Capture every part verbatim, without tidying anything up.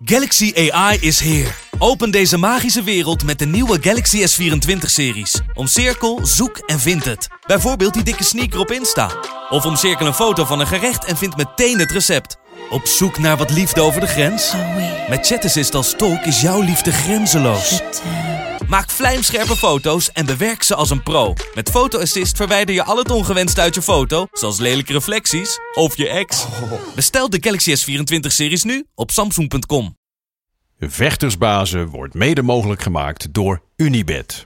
Galaxy A I is here. Open deze magische wereld met de nieuwe Galaxy S vierentwintig-series. Omcirkel, zoek en vind het. Bijvoorbeeld die dikke sneaker op Insta. Of omcirkel een foto van een gerecht en vind meteen het recept. Op zoek naar wat liefde over de grens? Met Chat Assist als tolk is jouw liefde grenzeloos. Maak vlijmscherpe foto's en bewerk ze als een pro. Met Photo Assist verwijder je al het ongewenst uit je foto, zoals lelijke reflecties of je ex. Bestel de Galaxy S vierentwintig-series nu op samsung punt com. Vechtersbazen wordt mede mogelijk gemaakt door Unibet.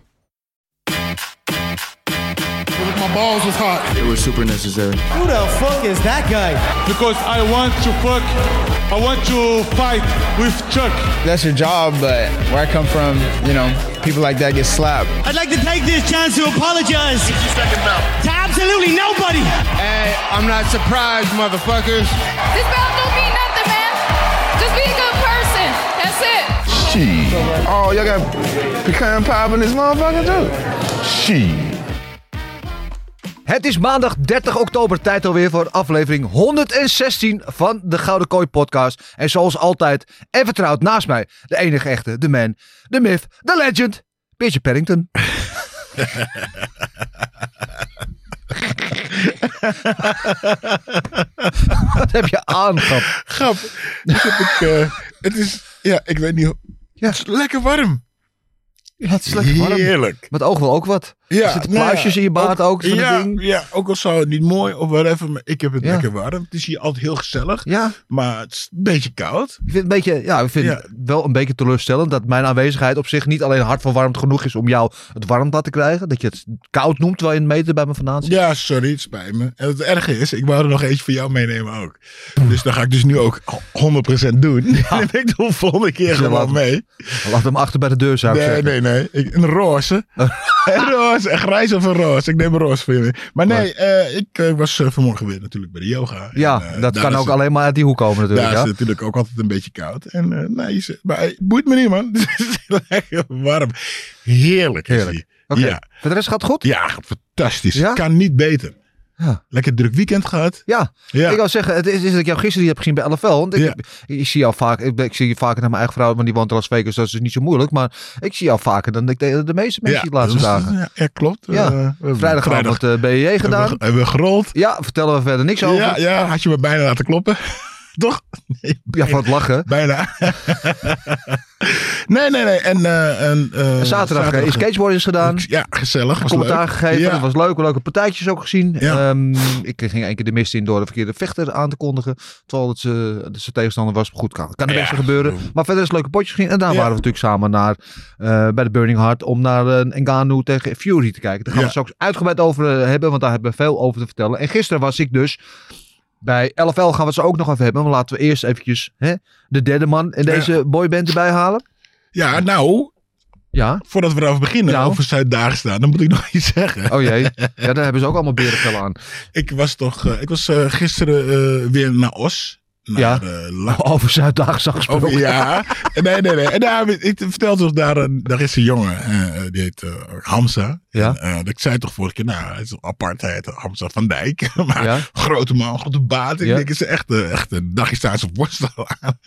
My balls was hot. It was super necessary. Who the fuck is that guy? Because I want to fuck, I want to fight with Chuck. That's your job, but where I come from, you know, people like that get slapped. I'd like to take this chance to apologize to absolutely nobody. Hey, I'm not surprised, motherfuckers. This belt don't mean nothing, man. Just be a good person. That's it. Shit. Oh, y'all got pecan pie in this motherfucker too? Shit. Het is maandag dertig oktober, tijd alweer voor aflevering honderdzestien van de Gouden Kooi podcast. En zoals altijd, en vertrouwd naast mij, de enige echte, de man, de myth, de legend, Peertje Parrington. Wat heb je aan, grap? Grap. Dat heb ik, uh, het is, ja, ik weet niet. Ja, het is lekker warm. Ja, het is lekker warm. Heerlijk. Met oog wel ook wat. Ja, er zitten pluisjes nou ja, in je baard ook. ook ja, ding. ja, ook al zou het niet mooi of whatever, maar ik heb het ja. lekker warm. Het is hier altijd heel gezellig, ja. maar het is een beetje koud. Ik vind het een beetje, ja, ik vind ja. het wel een beetje teleurstellend dat mijn aanwezigheid op zich niet alleen hartverwarmd genoeg is om jou het warm te laten krijgen. Dat je het koud noemt terwijl je een meter bij me vandaan zit. Ja, sorry, het spijt me. En het erge is, ik wou er nog eentje voor jou meenemen ook. Dus dat ga ik dus nu ook honderd procent doen. Ja. Dan ben ik de volgende keer dus gewoon laat, mee. Laat hem achter bij de deur, zou ik nee, zeggen. Nee, nee, nee. Een roze. Een roze, een grijs of een roze. Ik neem een roze voor je mee. Maar nee, uh, ik uh, was uh, vanmorgen weer natuurlijk bij de yoga. Ja, en, uh, dat kan ook het, alleen maar uit die hoek komen natuurlijk. Daar ja? is het natuurlijk ook altijd een beetje koud. En uh, nee, maar het boeit me niet, man. Het is lekker warm. Heerlijk. Heerlijk. Oké. Okay. Ja. Voor de rest gaat het goed? Ja, fantastisch. Ja? Kan niet beter. Ja. Lekker druk weekend gehad. Ja. ja, ik wou zeggen, het is, is dat ik jou gisteren heb gezien bij L F L. Want ik, ja. ik, ik zie jou vaak, ik, ik zie je vaker naar mijn eigen vrouw, maar die woont in Las Vegas, dat is niet zo moeilijk. Maar ik zie jou vaker dan ik de, de meeste mensen ja, de laatste dagen. Ja, ja klopt. Ja. Uh, Vrijdagavond vrijdag, uh, B J gedaan. Hebben we, hebben we gerold. Ja, vertellen we verder niks over. Ja, ja, had je me bijna laten kloppen. Toch? Nee, ja, van het lachen. Bijna. nee, nee, nee. En, uh, en, uh, en zaterdag, zaterdag is Skateboarders gedaan. Ja, gezellig. Was commentaar leuk. gegeven. Ja. Dat was leuk. Leuke partijtjes ook gezien. Ja. Um, ik ging één keer de mist in door de verkeerde vechter aan te kondigen. Terwijl het ze, de tegenstander was. Goed, kan, kan de beste ja. gebeuren. Maar verder is leuke potjes gezien. En daar ja. waren we natuurlijk samen naar, uh, bij de Burning Heart om naar uh, Ngannou tegen Fury te kijken. Daar gaan ja. we het straks uitgebreid over uh, hebben. Want daar hebben we veel over te vertellen. En gisteren was ik dus... Bij L F L gaan we het zo ook nog even hebben. Maar laten we eerst eventjes hè, de derde man in deze ja. boyband erbij halen. Ja, nou... Ja? Voordat we erover beginnen, nou. over Zuid-Dagestan, dan moet ik nog iets zeggen. Oh jee, ja, daar hebben ze ook allemaal berenvellen aan. ik was toch... Uh, ik was uh, gisteren uh, weer naar Os. Naar, ja, uh, La- over Zuid-Dagestan gesproken. Over, ja, nee, nee, nee. En daar, ik vertelde toch, daar, uh, daar is een jongen, uh, die heet uh, Hamza. Ja? En, uh, ik zei toch vorige keer, nou, hij is toch apart, hij heet Hamza van Dijk. maar ja? grote man, grote baard. Ik ja? denk, het is echt, uh, echt een Dagestaanse worstel aan.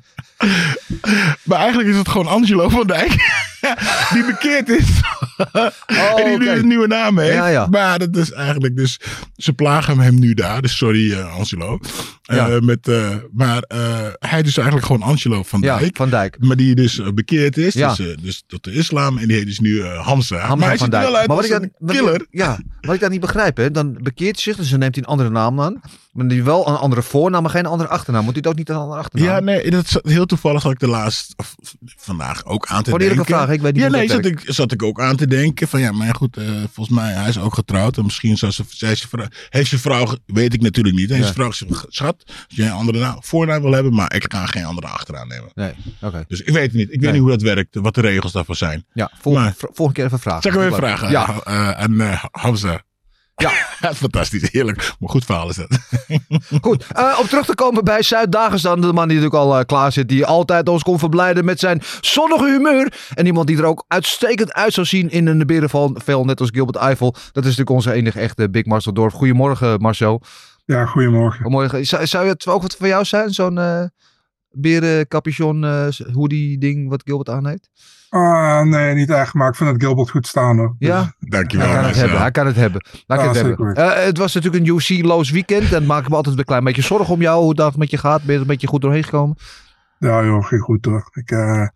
maar eigenlijk is het gewoon Angelo van Dijk. die bekeerd is. oh, en die nu okay. een nieuwe naam heeft. Ja, ja. Maar dat is eigenlijk dus... Ze plagen hem nu daar. Dus sorry uh, Angelo. Uh, ja. met, uh, maar uh, hij is eigenlijk gewoon Angelo van Dijk. Ja, van Dijk. Maar die dus uh, bekeerd is. Ja. Dus, uh, dus tot de islam. En die heet dus nu uh, Hamza. Hamza maar hij van ziet er Dijk. wel uit maar wat als ik dan, een killer. Wat, ja, wat ik dan niet begrijp. Hè, dan bekeert hij zich. Dus dan neemt hij een andere naam aan. Maar die wel een andere voornaam. Maar geen andere achternaam. Moet hij het ook niet een andere achternaam? Ja, nee. Dat is heel toevallig had ik de laatste... Of, vandaag ook aan te Voor denken. Voor vraag. Ik weet niet ja, nee. Zat ik, zat ik ook aan te denken. Van ja, maar goed. Uh, volgens mij, hij is ook getrouwd. En misschien zou ze, zei ze vrouw, heeft zijn vrouw... Weet ik natuurlijk niet. Heeft ja. zijn vrouw gezegd, schat. Als jij een andere naam, voornaam wil hebben. Maar ik ga geen andere achteraan nemen. Nee, oké. Okay. Dus ik weet het niet. Ik weet nee. niet hoe dat werkt. Wat de regels daarvoor zijn. Ja, vol, maar, volgende keer even vragen. Zal ik hem even vragen? Ja. Uh, aan uh, Hamza. Ja. Fantastisch, heerlijk. Maar goed verhaal is dat. Goed, uh, om terug te komen bij Zuid-Dagestan. De man die natuurlijk al uh, klaar zit. Die altijd ons kon verblijden met zijn zonnige humeur. En iemand die er ook uitstekend uit zou zien in een berenvel. Net als Gilbert Eiffel. Dat is natuurlijk onze enige echte Big Marcel Dorf. Goedemorgen Marcel. Ja, goedemorgen. Goedemorgen. Zou, zou het ook wat voor jou zijn? Zo'n uh, beren, capuchon, uh, hoodie ding wat Gilbert aan heeft? Uh, nee, niet echt, maar ik vind het Gilbert goed staan hoor. Ja? Dankjewel. Hij kan het hebben, hij kan het hebben. Laat Ja, het, hebben. Uh, het was natuurlijk een U F C-loos weekend en maak ik me altijd een klein beetje zorgen om jou, hoe dat met je gaat. Ben je er een beetje goed doorheen gekomen? Ja joh, ging goed hoor. Ik, uh,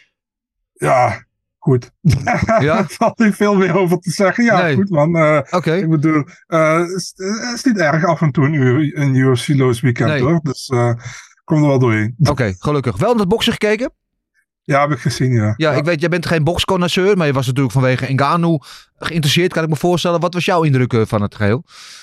ja, goed. Ja? Er valt niet veel meer over te zeggen. Ja, nee. goed man. Uh, okay. Ik bedoel, uh, het is, is niet erg af en toe een, een U F C-loos weekend nee. hoor. Dus uh, kom er wel doorheen. Oké, okay, gelukkig. Wel naar het boksen gekeken? Ja, heb ik gezien, ja. Ja, ja. Ik weet, jij bent geen boksconnoisseur, maar je was natuurlijk vanwege Ngannou geïnteresseerd, kan ik me voorstellen. Wat was jouw indruk van het geheel?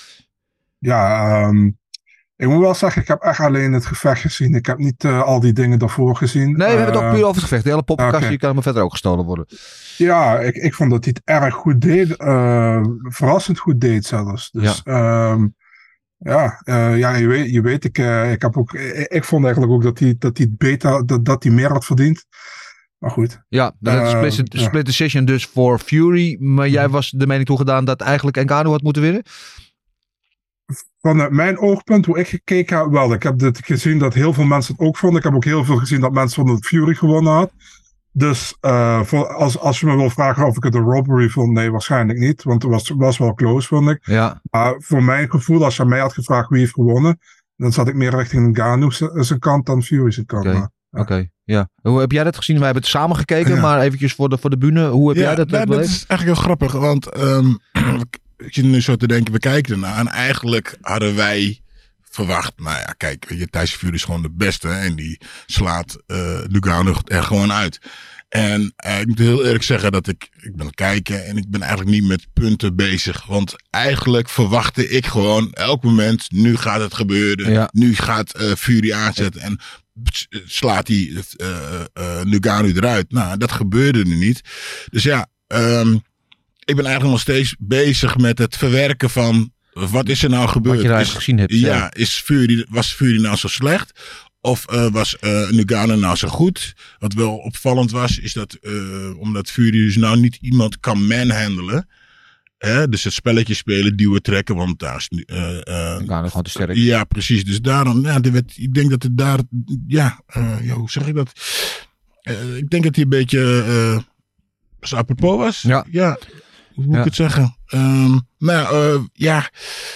Ja, um, ik moet wel zeggen, ik heb echt alleen het gevecht gezien. Ik heb niet uh, al die dingen daarvoor gezien. Nee, we uh, hebben het ook puur over het gevecht. De hele poppenkastje okay. kan me verder ook gestolen worden. Ja, ik, ik vond dat hij het erg goed deed. Uh, verrassend goed deed zelfs. Dus ja, um, ja, uh, ja je, weet, je weet, ik, uh, ik, heb ook, ik, ik vond eigenlijk ook dat hij, dat hij beter, dat, dat hij meer had verdiend. Maar goed. Ja, dat uh, split, split ja. decision dus voor Fury. Maar jij was de mening toegedaan dat eigenlijk Ngannou had moeten winnen? Van uh, mijn oogpunt, hoe ik gekeken heb, wel. Ik heb dit gezien dat heel veel mensen het ook vonden. Ik heb ook heel veel gezien dat mensen vonden dat Fury gewonnen had. Dus uh, voor, als, als je me wil vragen of ik het een robbery vond, nee, waarschijnlijk niet. Want het was, was wel close, vond ik. Ja. Maar voor mijn gevoel, als je mij had gevraagd wie heeft gewonnen, dan zat ik meer richting Ngannou zijn kant dan Fury zijn kant. Okay. Oké, okay, ja. Hoe heb jij dat gezien? Wij hebben het samen gekeken, ja. maar eventjes voor de, voor de bühne. Hoe heb ja, jij dat nou, dat is eigenlijk heel grappig, want um, ik zit nu zo te denken, we kijken ernaar en eigenlijk hadden wij verwacht, nou ja, kijk, weet je, Tyson Fury is gewoon de beste en die slaat uh, Ngannou er gewoon uit. En uh, ik moet heel eerlijk zeggen dat ik, ik ben kijken en ik ben eigenlijk niet met punten bezig. Want eigenlijk verwachtte ik gewoon elk moment, nu gaat het gebeuren. Ja. Nu gaat uh, Fury aanzetten en slaat hij uh, uh, Ngannou eruit. Nou, dat gebeurde nu niet. Dus ja, um, ik ben eigenlijk nog steeds bezig met het verwerken van wat is er nou gebeurd. Wat je is, gezien hebt. Ja, ja. Is Fury, was Fury nou zo slecht? Of uh, was uh, Ngannou nou zo goed? Wat wel opvallend was, is dat uh, omdat Fury dus nou niet iemand kan manhandelen. Hè? Dus het spelletje spelen, duwen, trekken. Want daar is... Uh, uh, Ngannou gewoon te sterk. Ja, precies. Dus daarom, ja, werd, ik denk dat het daar... Ja, uh, ja, hoe zeg ik dat? Uh, ik denk dat hij een beetje... Uh, apropos was. Ja. Ja, hoe moet ja. ik het zeggen? Um, nou, uh, ja...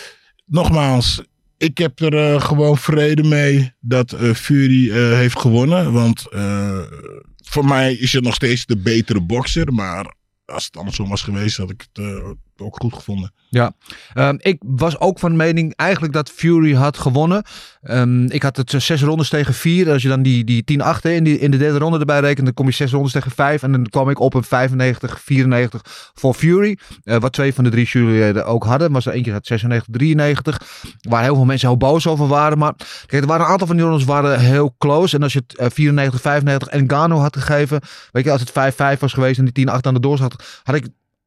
Nogmaals... Ik heb er uh, gewoon vrede mee dat uh, Fury uh, heeft gewonnen. Want uh, voor mij is het nog steeds de betere bokser. Maar als het andersom was geweest, had ik het uh, ook goed gevonden. Ja, um, ik was ook van mening eigenlijk dat Fury had gewonnen. Um, ik had het zes rondes tegen vier. Als je dan die, die tien acht in, die, in de derde ronde erbij rekent, dan kom je zes rondes tegen vijf. En dan kwam ik op een vijfennegentig vierennegentig voor Fury. Uh, wat twee van de drie juryleden ook hadden. Was er eentje had zesennegentig drieënnegentig. Waar heel veel mensen heel boos over waren. Maar kijk, er waren een aantal van die rondes waren heel close. En als je het uh, vierennegentig vijfennegentig en Ngannou had gegeven. Weet je, als het vijf vijf was geweest en die tien acht aan de doors had, had ik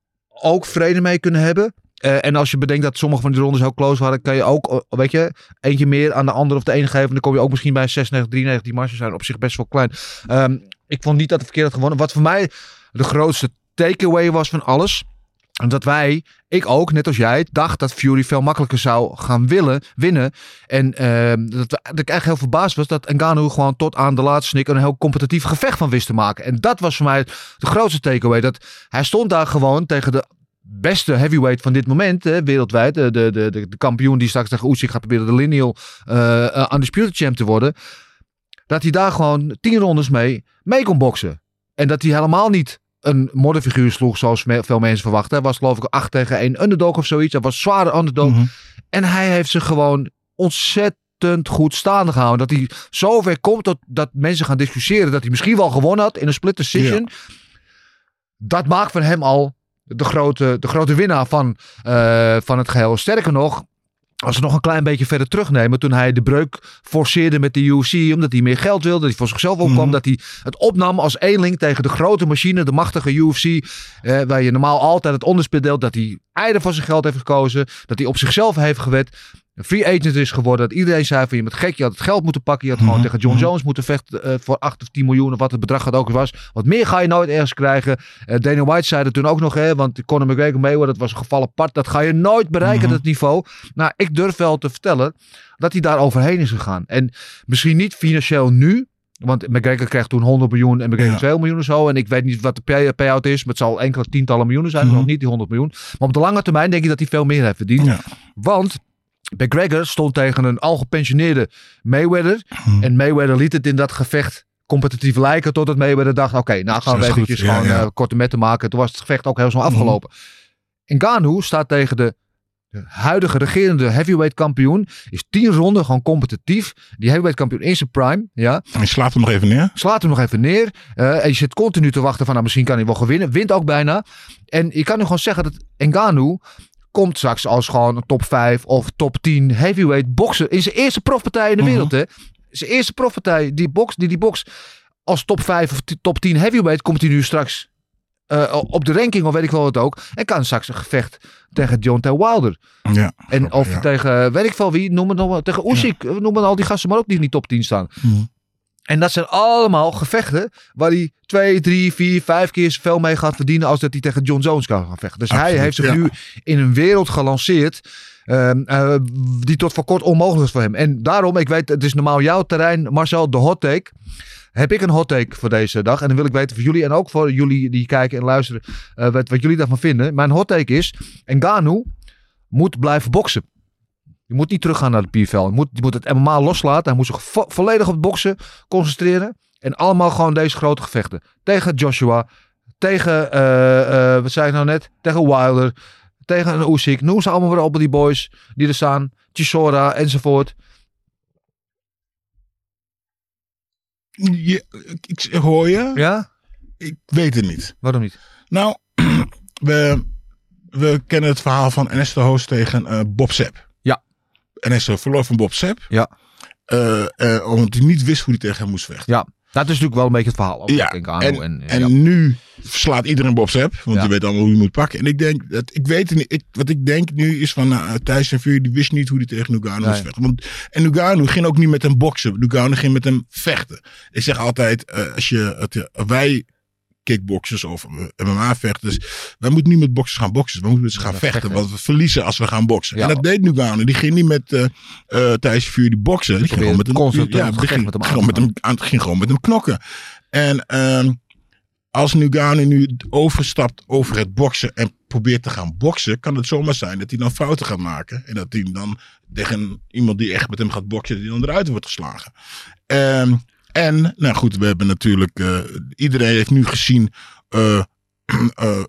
ook vrede mee kunnen hebben. Uh, en als je bedenkt dat sommige van die rondes heel close waren, kan je ook, weet je, eentje meer aan de andere of de ene geven. En dan kom je ook misschien bij een zesennegentig drieënnegentig. Die marges zijn op zich best wel klein. Um, ik vond niet dat het verkeerd had gewonnen. Wat voor mij de grootste takeaway was van alles. Dat wij, ik ook, net als jij, dacht dat Fury veel makkelijker zou gaan willen, winnen. En uh, dat, dat ik echt heel verbaasd was dat Ngannou gewoon tot aan de laatste snik een heel competitief gevecht van wist te maken. En dat was voor mij de grootste takeaway. Dat hij stond daar gewoon tegen de beste heavyweight van dit moment, hè, wereldwijd. De, de, de, de kampioen die straks tegen Usyk gaat proberen de lineal uh, uh, undisputed champ te worden. Dat hij daar gewoon tien rondes mee mee kon boksen. En dat hij helemaal niet een modderfiguur sloeg zoals veel mensen verwachten. Hij was geloof ik acht tegen één underdog of zoiets. Hij was zware underdog. Mm-hmm. En hij heeft zich gewoon ontzettend goed staande gehouden. Dat hij zover komt dat, dat mensen gaan discussiëren dat hij misschien wel gewonnen had in een split decision. Ja. Dat maakt van hem al de grote, de grote winnaar van, uh, van het geheel. Sterker nog, als we nog een klein beetje verder terugnemen, toen hij de breuk forceerde met de U F C, omdat hij meer geld wilde, dat hij voor zichzelf opkwam, mm-hmm. dat hij het opnam als eenling tegen de grote machine, de machtige U F C, eh, waar je normaal altijd het onderspit deelt, dat hij eigen voor zijn geld heeft gekozen, dat hij op zichzelf heeft gewet, een free agent is geworden, dat iedereen zei van je bent gek, je had het geld moeten pakken, je had mm-hmm. gewoon tegen John Jones moeten vechten uh, voor acht of tien miljoen of wat het bedrag het ook was. Wat meer ga je nooit ergens krijgen. Uh, Dana White zei dat toen ook nog, hè, want Conor McGregor Mayweather, dat was een geval apart, dat ga je nooit bereiken, mm-hmm. dat niveau. Nou, ik durf wel te vertellen dat hij daar overheen is gegaan. En misschien niet financieel nu, Want McGregor krijgt toen honderd miljoen en McGregor Ja. twee miljoen of zo. En ik weet niet wat de pay- payout is. Maar het zal enkele tientallen miljoenen zijn. Mhm. Nog niet die honderd miljoen. Maar op de lange termijn denk ik dat hij veel meer heeft verdiend. Ja. Want McGregor stond tegen een al gepensioneerde Mayweather. Mhm. En Mayweather liet het in dat gevecht competitief lijken. Totdat Mayweather dacht, oké, okay, nou gaan we Dat is eventjes goed. Ja, gewoon ja. uh, korte metten maken. Toen was het gevecht ook heel snel afgelopen. Ngannou staat tegen de De huidige regerende heavyweight kampioen. Is tien ronden gewoon competitief. Die heavyweight kampioen in zijn prime. Ja. En je slaat hem nog even neer. Slaat hem nog even neer. Uh, en je zit continu te wachten van nou, misschien kan hij wel gewinnen. Wint ook bijna. En je kan nu gewoon zeggen dat Ngannou komt straks als gewoon een top vijf of top tien heavyweight bokser. In zijn eerste profpartij in de wereld. Hè. Zijn eerste profpartij die box, die die box als top vijf of t- top tien heavyweight komt hij nu straks uh, op de ranking of weet ik wel wat ook. En kan straks een gevecht tegen Deontay Wilder. Ja. En of ja. tegen, weet ik veel wie, noem het nog wel, tegen Usyk, ja. noem het al die gasten maar ook die in die top tien staan. Mm. En dat zijn allemaal gevechten waar hij twee, drie, vier, vijf keer zoveel mee gaat verdienen als dat hij tegen John Jones kan gaan vechten. Dus Absoluut, hij heeft zich ja. nu in een wereld gelanceerd uh, uh, die tot voor kort onmogelijk is voor hem. En daarom, ik weet, het is normaal jouw terrein, Marcel, de hot take. Heb ik een hot take voor deze dag. En dan wil ik weten voor jullie en ook voor jullie die kijken en luisteren uh, wat, wat jullie daarvan vinden. Mijn hot take is, Ngannou moet blijven boksen. Je moet niet teruggaan naar de P F L. Je moet, je moet het M M A loslaten. Hij moet zich vo- volledig op het boksen concentreren. En allemaal gewoon deze grote gevechten. Tegen Joshua. Tegen, uh, uh, wat zei ik nou net? Tegen Wilder. Tegen een Usyk. Noem ze allemaal weer op die boys die er staan. Chisora enzovoort. Je, ik hoor je. Ja? Ik weet het niet. Waarom niet? Nou, we, we kennen het verhaal van Ernesto Hoos tegen uh, Bob Sepp. Ja. Ernesto verloor van Bob Sepp. Ja. Uh, uh, omdat hij niet wist hoe hij tegen hem moest vechten. Ja. Dat is natuurlijk wel een beetje het verhaal. Over Ja. Ngannou En, en, en ja. nu slaat iedereen Bob Sepp. Want Ja. die weet allemaal hoe je moet pakken. En ik denk, dat, ik weet het niet. Ik, wat ik denk nu is van nou, Tyson Fury die wist niet hoe hij tegen Ngannou Nee. moest vechten. Want, en Ngannou ging ook niet met hem boksen. Ngannou ging met hem vechten. Ik zeg altijd, uh, als je, het, wij kickboxers of M M A-vechters, wij moeten niet met boxers gaan boksen. We moeten met ze gaan Ja, vechten, vechten. want we verliezen als we gaan boksen. Ja. En dat deed Ngannou. Die ging niet met uh, uh, Tyson Fury boksen. Die ging gewoon met hem, constant ja, het die gevecht ging, met hem gewoon aan met hem aan, ging gewoon met hem knokken. En uh, als Ngannou nu overstapt over het boksen en probeert te gaan boksen, kan het zomaar zijn dat hij dan fouten gaat maken. En dat hij dan tegen iemand die echt met hem gaat boksen, dat hij dan eruit wordt geslagen. Um, en, nou goed, we hebben natuurlijk, uh, iedereen heeft nu gezien uh, uh,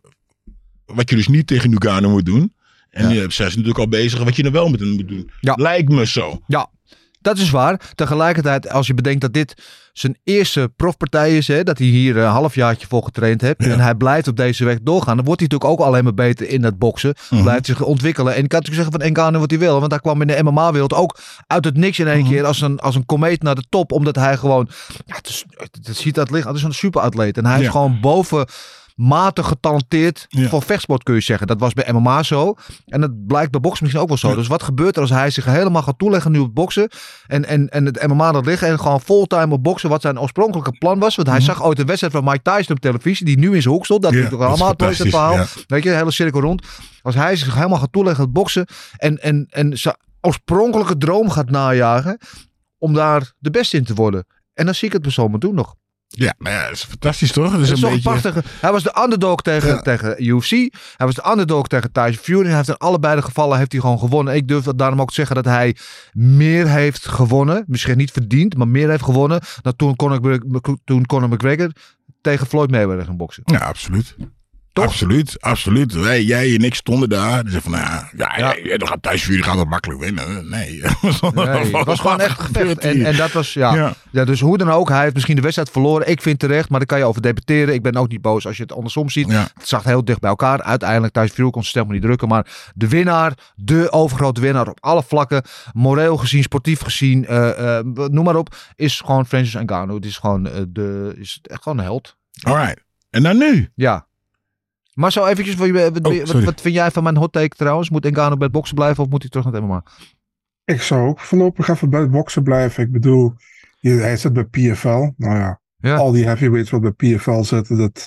wat je dus niet tegen Ngannou moet doen. En Ja. nu zijn ze natuurlijk al bezig wat je nou wel met hem moet doen. Ja. Lijkt me zo. Ja, dat is waar. Tegelijkertijd, als je bedenkt dat dit zijn eerste profpartij is, hè, dat hij hier een halfjaartje voor getraind heeft, Ja. en hij blijft op deze weg doorgaan, dan wordt hij natuurlijk ook alleen maar beter in dat boksen. Mhm. Blijft zich ontwikkelen. En ik kan natuurlijk zeggen van Ngannou wat hij wil, want hij kwam in de M M A-wereld ook uit het niks in één Mhm. keer als een, als een komeet naar de top, omdat hij gewoon, ja, het, is, het ziet dat lichaam, het is een superatleet. En hij is Ja. gewoon boven matig getalenteerd Ja. voor vechtsport, kun je zeggen. Dat was bij M M A zo. En dat blijkt bij boksen misschien ook wel zo. Ja. Dus wat gebeurt er als hij zich helemaal gaat toeleggen nu op boksen en, en, en het M M A dat liggen en gewoon fulltime op boksen, wat zijn oorspronkelijke plan was. Want hij Mhm. zag ooit een wedstrijd van Mike Tyson op televisie die nu in zijn hoek stond. Dat Ja, is natuurlijk dat is allemaal het mooiste fantastisch, verhaal. Weet je, de hele cirkel rond. Als hij zich helemaal gaat toeleggen op boksen en, en, en zijn oorspronkelijke droom gaat najagen om daar de beste in te worden. En dan zie ik het persoonlijk doen nog. Ja, nou ja, dat is fantastisch toch? Dat is Dat is een toch een beetje... prachtige. Hij was de underdog tegen, Ja. tegen U F C. Hij was de underdog tegen Tyson Fury. Hij heeft in allebei de gevallen heeft hij gewoon gewonnen. Ik durf dat daarom ook te zeggen dat hij meer heeft gewonnen. Misschien niet verdiend, maar meer heeft gewonnen dan toen Conor, toen Conor McGregor tegen Floyd Mayweather ging boksen. Ja, absoluut. Toch? Absoluut, absoluut. Wij, jij en ik stonden daar. Dus van, nou ja, ja, Ja. ja. dan gaat Thuis Fury gaat dat makkelijk winnen. Nee. Nee, het was gewoon echt een gevecht. En, en dat was, ja, ja. Ja. Dus hoe dan ook, hij heeft misschien de wedstrijd verloren. Ik vind terecht, maar daar kan je over debatteren. Ik ben ook niet boos als je het andersom ziet. Ja. Het zag heel dicht bij elkaar. Uiteindelijk, Tyson Fury kon zijn stem niet drukken. Maar de winnaar, de overgrote winnaar op alle vlakken. Moreel gezien, sportief gezien, uh, uh, noem maar op. Is gewoon Francis Ngannou. Het is gewoon, uh, de, is echt gewoon een held. Alright. En dan nu? Ja. Maar zo eventjes, wat, wat, Oh, wat, wat vind jij van mijn hot take trouwens? Moet Ngannou bij het boksen blijven of moet hij terug naar het M M A? Ik zou ook voorlopig even bij het boksen blijven. Ik bedoel, je- hij zit bij P F L. Nou ja, Ja. al die heavyweights wat bij P F L zitten, dat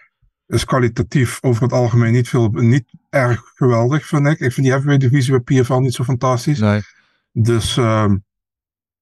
is kwalitatief over het algemeen niet, veel, niet erg geweldig, vind ik. Ik vind die heavyweight divisie bij P F L niet zo fantastisch. Nee. Dus, um,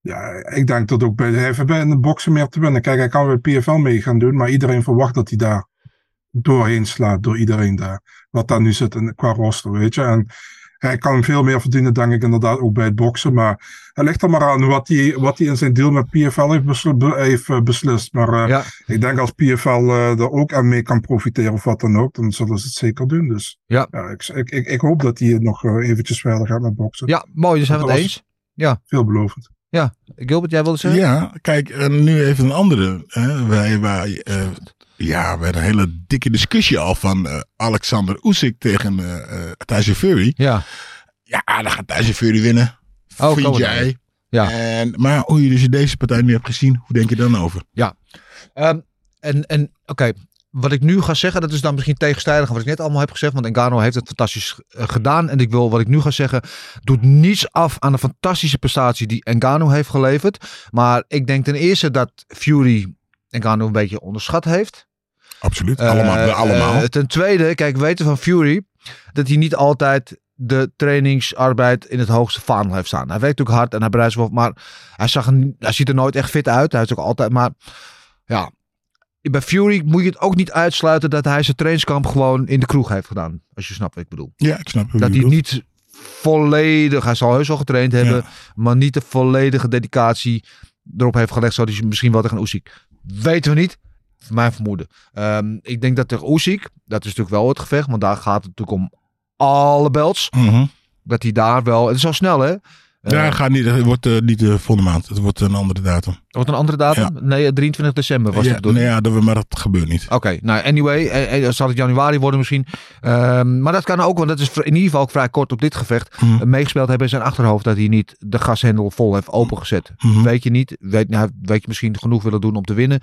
Ja, ik denk dat ook bij, hij heeft bij in de boksen meer te winnen. Kijk, hij kan weer P F L mee gaan doen, maar iedereen verwacht dat hij daar doorheen slaat, door iedereen daar. Wat daar nu zit in, qua roster, weet je. En hij kan veel meer verdienen, denk ik inderdaad, ook bij het boksen. Maar het ligt er maar aan wat hij, wat hij in zijn deal met P F L heeft, besl- be- heeft uh, beslist. Maar uh, ja. ik denk als P F L uh, er ook aan mee kan profiteren of wat dan ook, dan zullen ze het zeker doen. Dus ja. Ja, ik, ik, ik, ik hoop dat hij nog uh, eventjes verder gaat met boksen. Ja, mooi, dus zijn we het eens. Ja. Veelbelovend. Ja, Gilbert, jij wilde zeggen? Ja, kijk, en nu even een andere. Hè. Wij, wij, uh, ja, we hadden een hele dikke discussie al van uh, Alexander Usyk tegen uh, uh, Tyson Fury. Ja. Ja, dan gaat Tyson Fury winnen. Oh, vind jij? Ja. En, maar hoe je dus deze partij nu hebt gezien, hoe denk je dan over? Ja. Um, en en oké, okay. Wat ik nu ga zeggen, dat is dan misschien tegenstrijdig aan wat ik net allemaal heb gezegd. Want Ngannou heeft het fantastisch uh, gedaan. En ik wil wat ik nu ga zeggen, doet niets af aan de fantastische prestatie die Ngannou heeft geleverd. Maar ik denk ten eerste dat Fury Ngannou een beetje onderschat heeft. Absoluut, allemaal. Uh, allemaal. Uh, ten tweede, kijk, we weten van Fury dat hij niet altijd de trainingsarbeid in het hoogste vaandel heeft staan. Hij werkt ook hard en hij bereidt zich wel, maar hij, zag een, hij ziet er nooit echt fit uit. Hij is ook altijd, maar ja, bij Fury moet je het ook niet uitsluiten dat hij zijn trainingskamp gewoon in de kroeg heeft gedaan. Als je snapt wat ik bedoel. Ja, ik snap. Dat hij bedoelt. niet volledig, hij zal heus wel getraind hebben, ja. maar niet de volledige dedicatie erop heeft gelegd, zoals hij misschien wel tegen Usyk. Weten we niet. Voor mijn vermoeden. Um, ik denk dat tegen Usyk, dat is natuurlijk wel het gevecht, want daar gaat het natuurlijk om alle belts. Mm-hmm. Dat hij daar wel, het is al snel hè. Ja, het, gaat niet, het wordt uh, niet de volgende maand. Het wordt een andere datum. Het wordt een andere datum? Ja. Nee, drieëntwintig december was ja, het bedoeld. Nee, ja, dat, maar dat gebeurt niet. Oké, okay, nou anyway, eh, zal het januari worden misschien. Um, maar dat kan ook, want dat is in ieder geval ook vrij kort op dit gevecht. Mm-hmm. Uh, meegespeeld hebben in zijn achterhoofd dat hij niet de gashendel vol heeft opengezet. Mm-hmm. Weet je niet. Weet, nou, weet je misschien genoeg willen doen om te winnen.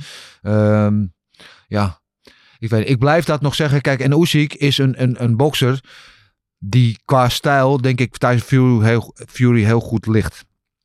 Um, ja, ik weet ik blijf dat nog zeggen. Kijk, en Usyk is een, een, een bokser die qua stijl, denk ik, Tyson Fury heel, Fury heel goed ligt.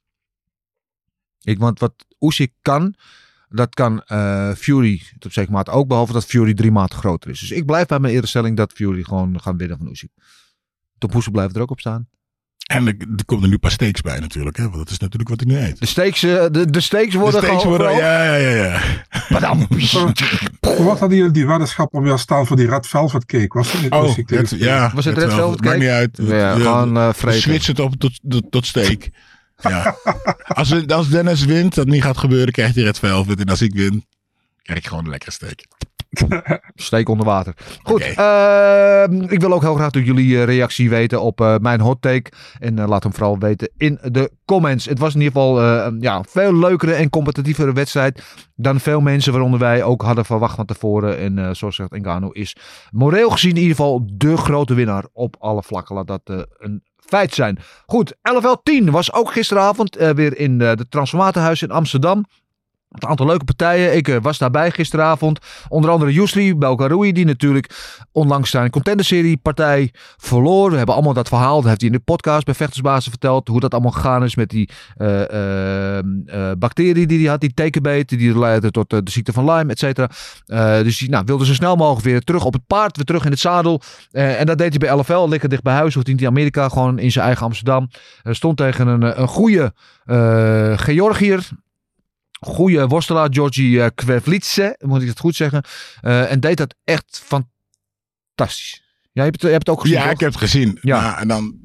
Ik, want wat Usyk kan, dat kan uh, Fury tot zekere mate ook, behalve dat Fury drie maten groter is. Dus ik blijf bij mijn eerste stelling dat Fury gewoon gaat winnen van Usyk. Tom Poesel blijft er ook op staan. En er, er komt er nu een paar steaks bij natuurlijk, hè? Want dat is natuurlijk wat ik nu eet. De steaks, uh, de, de steaks worden de steaks gewoon... Worden, ja, ja, ja. ja. Maar dan... Wat hadden jullie die weddenschappen weer staan voor die Red Velvet Cake? Was het niet oh, Usyk het, ja. Was het Red, Red Velvet Cake? Maakt niet uit. Ja, ja, gewoon uh, vreten. Switch het op tot, tot, tot steak. Ja. als, we, als Dennis wint, dat niet gaat gebeuren, krijgt hij Red Velvet. En als ik win, krijg ik gewoon een lekkere steak. Steek onder water. Goed, okay. uh, ik wil ook heel graag jullie uh, reactie weten op uh, mijn hot take. En uh, laat hem vooral weten in de comments. Het was in ieder geval uh, ja, een veel leukere en competitievere wedstrijd dan veel mensen, waaronder wij ook hadden verwacht van tevoren. En uh, zoals zegt Ngannou is moreel gezien in ieder geval de grote winnaar op alle vlakken. Laat dat uh, een feit zijn. Goed, L F L tien was ook gisteravond uh, weer in uh, de Transformatorhuis in Amsterdam. Een aantal leuke partijen. Ik uh, was daarbij gisteravond. Onder andere Yusri Belgaroui, die natuurlijk onlangs zijn Contender-serie partij verloor. We hebben allemaal dat verhaal, dat heeft hij in de podcast bij Vechtersbazen verteld, hoe dat allemaal gegaan is met die uh, uh, uh, bacterie die hij had, die tekenbeet, die leidde tot uh, de ziekte van Lyme, et cetera. Uh, dus hij nou, wilde zo snel mogelijk weer terug op het paard, weer terug in het zadel. Uh, en dat deed hij bij L F L, lekker dicht bij huis, hoeft hij niet in Amerika, gewoon in zijn eigen Amsterdam. Uh, stond tegen een, een goede uh, Georgiër. Goeie worstelaar, Georgi uh, Kvevlidze, moet ik het goed zeggen. Uh, en deed dat echt fantastisch. Ja, je hebt het, je hebt het ook gezien, Ja, toch? ik heb het gezien. Ja. Maar, en dan...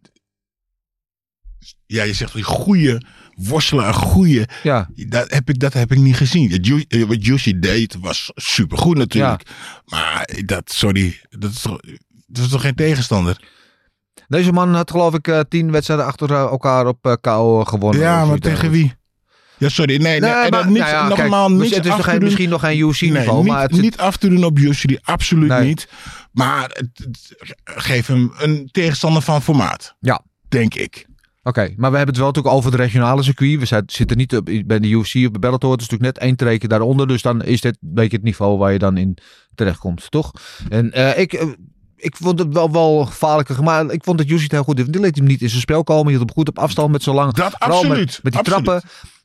Ja, je zegt die goede worstelaar, goede... Ja. Dat heb ik, dat heb ik niet gezien. Wat Jussi deed was supergoed natuurlijk. Ja. Maar dat, sorry, dat is, toch, dat is toch geen tegenstander? Deze man had geloof ik uh, tien wedstrijden achter elkaar op uh, K O gewonnen. Ja, maar tegen wie? Ja, sorry. Nee, nee, nee maar, niet, nou ja, nogmaals, kijk, niet het is nog geen, misschien nog geen U F C-niveau. Nee, maar niet, het niet af te doen op Jussi, absoluut nee. niet. Maar het, het, geef hem een tegenstander van formaat. Ja. Denk ik. Oké, okay, maar we hebben het wel natuurlijk over het regionale circuit. We zijn, zitten niet op, bij de U F C of bij Bellator. Het is natuurlijk net één treken daaronder. Dus dan is dit een beetje het niveau waar je dan in terechtkomt, toch? En uh, ik... Uh, Ik vond het wel, wel gevaarlijker, maar ik vond dat Jussi het heel goed deed. Die liet hem niet in zijn spel komen. Hield hem goed op afstand met zo lang. Dat absoluut. Met, met die absoluut. trappen.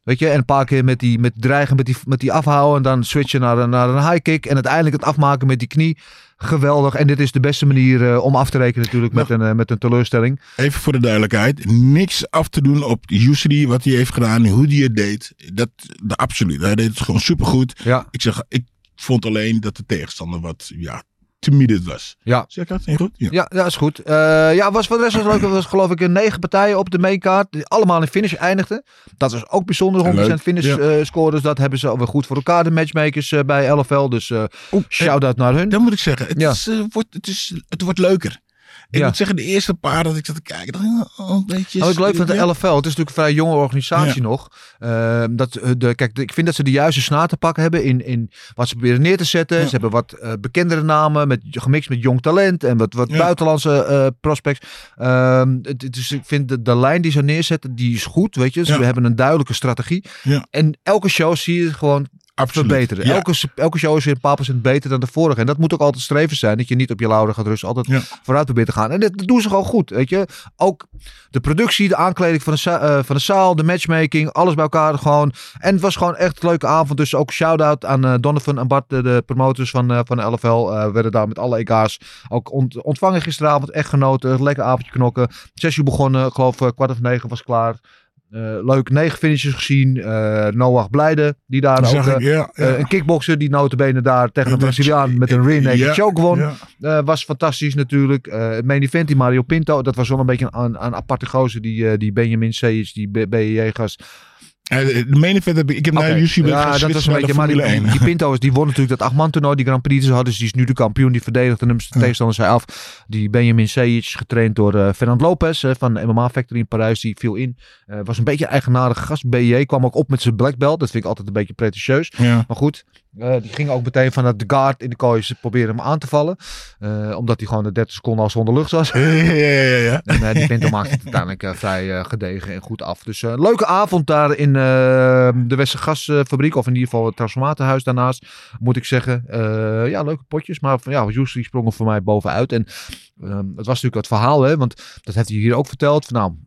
Weet je, en een paar keer met die met dreigen, met die, met die afhouden en dan switchen naar, een- naar een high kick en uiteindelijk het afmaken met die knie. Geweldig. En dit is de beste manier uh, om af te rekenen natuurlijk met, een, uh, met een teleurstelling. Even voor de duidelijkheid. Niks af te doen op Yusri, wat hij heeft gedaan, hoe hij het deed. Dat, dat absoluut. Hij deed het gewoon supergoed. Ja. Ik zeg, ik vond alleen dat de tegenstander wat, ja, timide was. Ja. Zeg ik dat? Niet goed? Ja. Ja, dat is goed. Uh, ja, was voor de rest was leuk. Er was geloof ik negen partijen op de mainkaart. Die allemaal in finish eindigden. Dat was ook bijzonder. honderd procent finish uh, score. Dus dat hebben ze weer goed voor elkaar. De matchmakers uh, bij L F L. Dus uh, shout-out naar hun. Dan moet ik zeggen, het, Ja. is, uh, wordt, het, is, het wordt leuker. Ik Ja. moet zeggen, de eerste paar dat ik zat te kijken, dacht ik, oh, een beetje... Wat ik leuk vind van de L F L, het is natuurlijk een vrij jonge organisatie Ja. nog. Uh, dat, uh, de, kijk, de- ik vind dat ze de juiste snaar te pakken hebben in, in wat ze proberen neer te zetten. Ja. Ze hebben wat uh, bekendere namen, met, gemixt met jong talent en wat, wat Ja. buitenlandse uh, prospects. Um, het, het is, ik vind de, de lijn die ze neerzetten, die is goed, weet je. Ze Ja. hebben een duidelijke strategie. Ja. En elke show zie je gewoon Absoluut. verbeteren. Ja. Elke, elke show is weer een paar procent beter dan de vorige. En dat moet ook altijd streven zijn. Dat je niet op je lauren gaat rusten. Altijd Ja. vooruit probeert te gaan. En dat, dat doen ze gewoon goed. Weet je. Ook de productie, de aankleding van de, za- uh, van de zaal, de matchmaking. Alles bij elkaar gewoon. En het was gewoon echt een leuke avond. Dus ook shout-out aan uh, Donovan en Bart, de, de promotors van, uh, van de L F L. Uh, werden daar met alle E K's ook ont- ontvangen gisteravond. Echt genoten. Lekker avondje knokken. Zes uur begonnen. Ik geloof uh, kwart of negen was klaar. Uh, leuk, negen finishes gezien. Uh, Noah Blijde, die daar Dat ook... zag ik, uh, ja, ja. uh, een kickboxer die notabene daar tegen een Ja, Braziliaan met een rear naked ja, choke won. ja. Uh, was fantastisch natuurlijk. Uh, het main event, die Mario Pinto. Dat was wel een beetje een, een aparte gozer. Die, uh, die Benjamin Seyes, die B J J-gast. Uh, de main event heb ik, ik heb Okay. naar YouTube Ja, dat was een beetje. Maar die, die, die Pinto is, die won natuurlijk dat acht-man toernooi, die Grand Prix hadden. Dus die is nu de kampioen. Die verdedigt de nummers de tegenstander zij af. Die Benjamin Seyes, getraind door uh, Fernand Lopez uh, van de M M A Factory in Parijs. Die viel in. Uh, was een beetje een eigenaardige gast. B J kwam ook op met zijn black belt. Dat vind ik altijd een beetje pretentieus. Ja. Maar goed, uh, die ging ook meteen vanuit de guard in de kooi. Ze proberen hem aan te vallen. Uh, omdat hij gewoon de dertig seconden al zonder lucht was. Ja, ja, ja, ja. En uh, die Pinto maakte het uiteindelijk uh, vrij uh, gedegen en goed af. Dus uh, leuke avond daar in uh, de Westergasfabriek. Of in ieder geval het transformatorhuis daarnaast. Moet ik zeggen. Uh, ja, leuke potjes. Maar van, ja, Jusri sprong er voor mij bovenuit. En uh, het was natuurlijk het verhaal. Hè, want dat heeft hij hier ook verteld. Van, nou,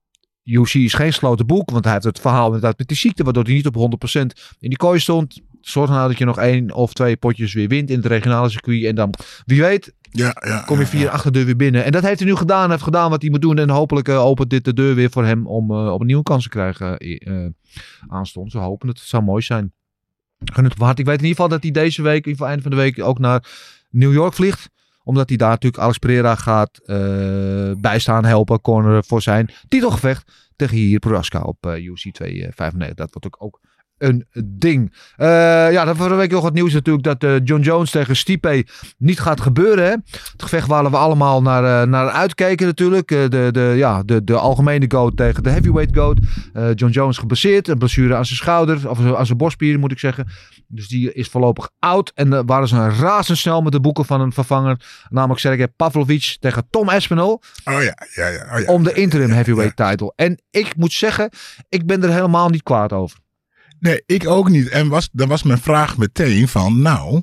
U C is geen gesloten boek. Want hij heeft het verhaal inderdaad met die ziekte. Waardoor hij niet op honderd procent in die kooi stond. Zorg nou dat je nog één of twee potjes weer wint in het regionale circuit. En dan, wie weet, Ja, ja, kom je via ja, de achterdeur weer binnen. En dat heeft hij nu gedaan. Hij heeft gedaan wat hij moet doen. En hopelijk uh, opent dit de deur weer voor hem om uh, op een nieuwe kans te krijgen uh, aanstonds. We hopen het. Het zou mooi zijn. Gun het waard. Ik weet in ieder geval dat hij deze week, in ieder geval einde van de week, ook naar New York vliegt. Omdat hij daar natuurlijk Alex Pereira gaat uh, bijstaan, helpen, corneren voor zijn titelgevecht tegen Jiri Prochazka op uh, U F C tweehonderdvijfennegentig. Dat wordt ook, ook een ding. Uh, ja, dan vorige week nog wat nieuws natuurlijk dat uh, John Jones tegen Stipe niet gaat gebeuren. Hè? Het gevecht waar we allemaal naar, uh, naar uitkeken natuurlijk. Uh, de, de, ja, de, de algemene goat tegen de heavyweight goat. Uh, John Jones geblesseerd. Een blessure aan zijn schouder. Of aan zijn borstspier moet ik zeggen. Dus die is voorlopig oud. En uh, waren ze razendsnel met de boeken van een vervanger. Namelijk Sergej Pavlovich tegen Tom Aspinall. Oh ja, ja, ja. Oh ja. Om de interim heavyweight Ja, ja. title. En ik moet zeggen, ik ben er helemaal niet kwaad over. Nee, ik ook niet. En was, dan was mijn vraag meteen van, nou,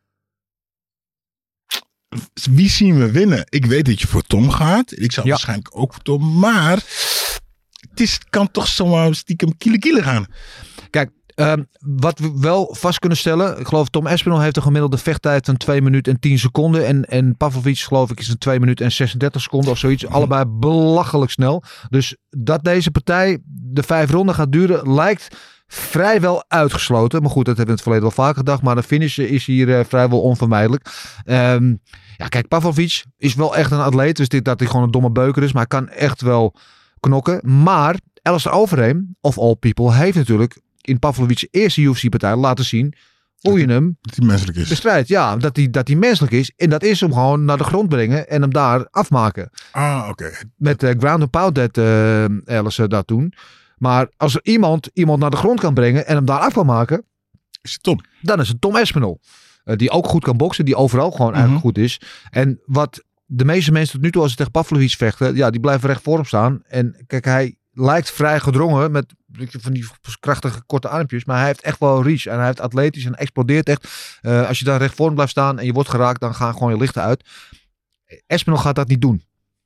wie zien we winnen? Ik weet dat je voor Tom gaat. Ik zou Ja. waarschijnlijk ook voor Tom. Maar het is, kan toch zomaar stiekem kiele kiele gaan. Kijk, um, wat we wel vast kunnen stellen. Ik geloof Tom Aspinall heeft een gemiddelde vechttijd van twee minuten en tien seconden. En, en Pavlovic geloof ik is een twee minuten en zesendertig seconden of zoiets. Allebei belachelijk snel. Dus dat deze partij de vijf ronden gaat duren lijkt vrijwel uitgesloten. Maar goed, dat hebben we in het verleden wel vaker gedacht. Maar de finish is hier uh, vrijwel onvermijdelijk. Um, ja, kijk, Pavlovic is wel echt een atleet. Dus dit dat hij gewoon een domme beuker is. Maar hij kan echt wel knokken. Maar Alistair Overeem, of all people, heeft natuurlijk in Pavlovic's eerste U F C-partij laten zien hoe je hem Dat hij menselijk is. bestrijdt. Ja, dat hij, dat hij menselijk is. En dat is hem gewoon naar de grond brengen en hem daar afmaken. Ah, oké. Met uh, ground and pound dat uh, Alistair dat doen. Maar als er iemand iemand naar de grond kan brengen en hem daar af kan maken, Is het Tom? dan is het Tom Aspinall. Uh, die ook goed kan boksen, die overal gewoon eigenlijk goed is. En wat de meeste mensen tot nu toe als ze tegen Pavlovic vechten, ja, die blijven recht voor hem staan. En kijk, hij lijkt vrij gedrongen met van die krachtige korte armpjes, maar hij heeft echt wel reach en hij heeft atletisch en explodeert echt. Uh, als je daar recht voor hem blijft staan en je wordt geraakt, dan gaan gewoon je lichten uit. Aspinall gaat dat niet doen.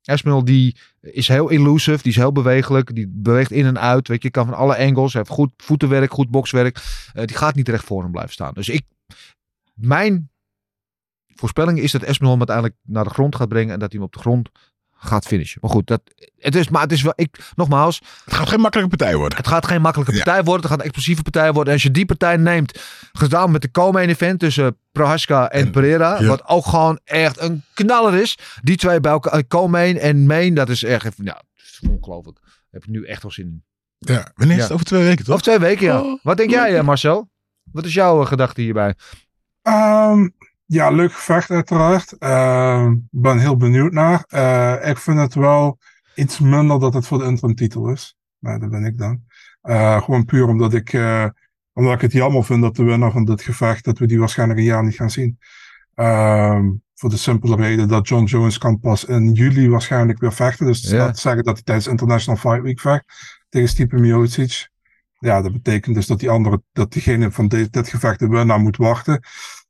Aspinall die is heel elusive, die is heel bewegelijk, die beweegt in en uit, weet je, kan van alle angles, heeft goed voetenwerk, goed bokswerk, uh, die gaat niet recht voor hem blijven staan. Dus ik, mijn voorspelling is dat Aspinall hem uiteindelijk naar de grond gaat brengen en dat hij hem op de grond gaat finishen. Maar goed, dat, het is, maar het is wel, ik, nogmaals. Het gaat geen makkelijke partij worden. Het gaat geen makkelijke partij ja. worden. Het gaat een explosieve partij worden. En als je die partij neemt, gedaan met de co-main event tussen uh, Prohaska en, en Pereira, ja. wat ook gewoon echt een knaller is. Die twee bij elkaar, uh, co-main en main, dat is echt, ja, dat is ongelooflijk. Daar heb ik nu echt wel zin in. Ja, wanneer is het? Ja. Over twee weken, toch? Over twee weken, ja. Oh. Wat denk jij, Marcel? Wat is jouw uh, gedachte hierbij? Um, Ja, leuk gevecht uiteraard. Ik uh, ben heel benieuwd naar. Uh, ik vind het wel iets minder dat het voor de interim titel is. Maar dat ben ik dan. Uh, gewoon puur omdat ik, uh, omdat ik het jammer vind dat de winnaar van dit gevecht, dat we die waarschijnlijk een jaar niet gaan zien. Uh, voor de simpele reden dat John Jones kan pas in juli waarschijnlijk weer vechten. Dus dat ja. zeggen dat hij tijdens International Fight Week vecht tegen Stipe Miocic. Ja, dat betekent dus dat die andere, dat diegene van dit, dit gevecht de winnaar moet wachten.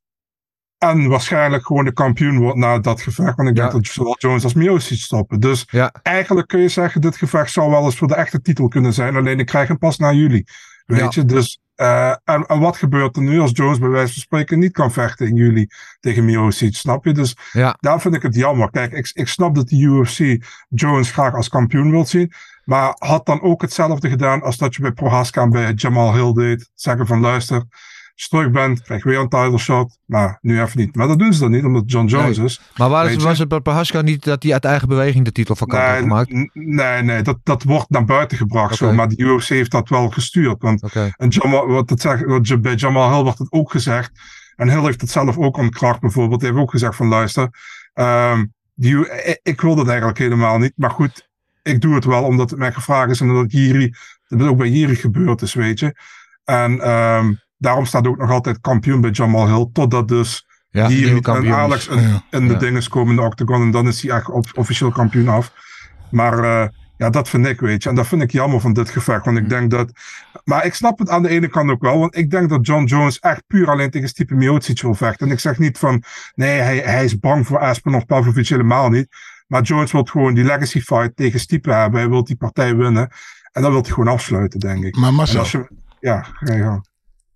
En waarschijnlijk gewoon de kampioen wordt na dat gevecht. Want ik denk ja. dat zowel Jones als Miocic stoppen. Dus ja. eigenlijk kun je zeggen, dit gevecht zou wel eens voor de echte titel kunnen zijn. Alleen ik krijg hem pas na juli. Weet ja. je, dus uh, en, en wat gebeurt er nu als Jones bij wijze van spreken niet kan vechten in juli tegen Miocic, snap je? Dus ja. daar vind ik het jammer. Kijk, ik, ik snap dat de U F C Jones graag als kampioen wil zien. Maar had dan ook hetzelfde gedaan als dat je bij Prohaska en bij Jamal Hill deed. Zeggen van luister, als je terug bent, krijg je weer een title shot. Maar nu even niet. Maar dat doen ze dan niet, omdat John Jones nee. is. Maar waar is, was het bij Prohaska niet dat hij uit eigen beweging de titel vakant nee, had gemaakt? N- nee, nee, dat, dat wordt naar buiten gebracht. Okay. Zo, maar de U F C heeft dat wel gestuurd. Want okay. en Jamal, wat het zegt, wat, bij Jamal Hill wordt het ook gezegd. En Hill heeft het zelf ook ontkracht bijvoorbeeld. Hij heeft ook gezegd van luister, um, die, ik, ik wil dat eigenlijk helemaal niet. Maar goed, ik doe het wel omdat het mij gevraagd is. En dat Jiri, dat het ook bij Jiri gebeurd is, weet je. En um, daarom staat ook nog altijd kampioen bij Jamal Hill. Totdat dus ja, Jiri en Alex in, ja. in de ja. dinges komen in de octagon. En dan is hij echt op, officieel kampioen af. Maar uh, ja, dat vind ik, weet je. En dat vind ik jammer van dit gevecht. Want ik denk dat... Maar ik snap het aan de ene kant ook wel. Want ik denk dat John Jones echt puur alleen tegen Stipe Miocic wil vechten. En ik zeg niet van... Nee, hij, hij is bang voor Aspinall of Pavlovic, helemaal niet. Maar Jones wil gewoon die legacy fight tegen Stipe hebben. Hij wil die partij winnen. En dan wil hij gewoon afsluiten, denk ik. Maar Marcel... Als je, ja, ga je gang.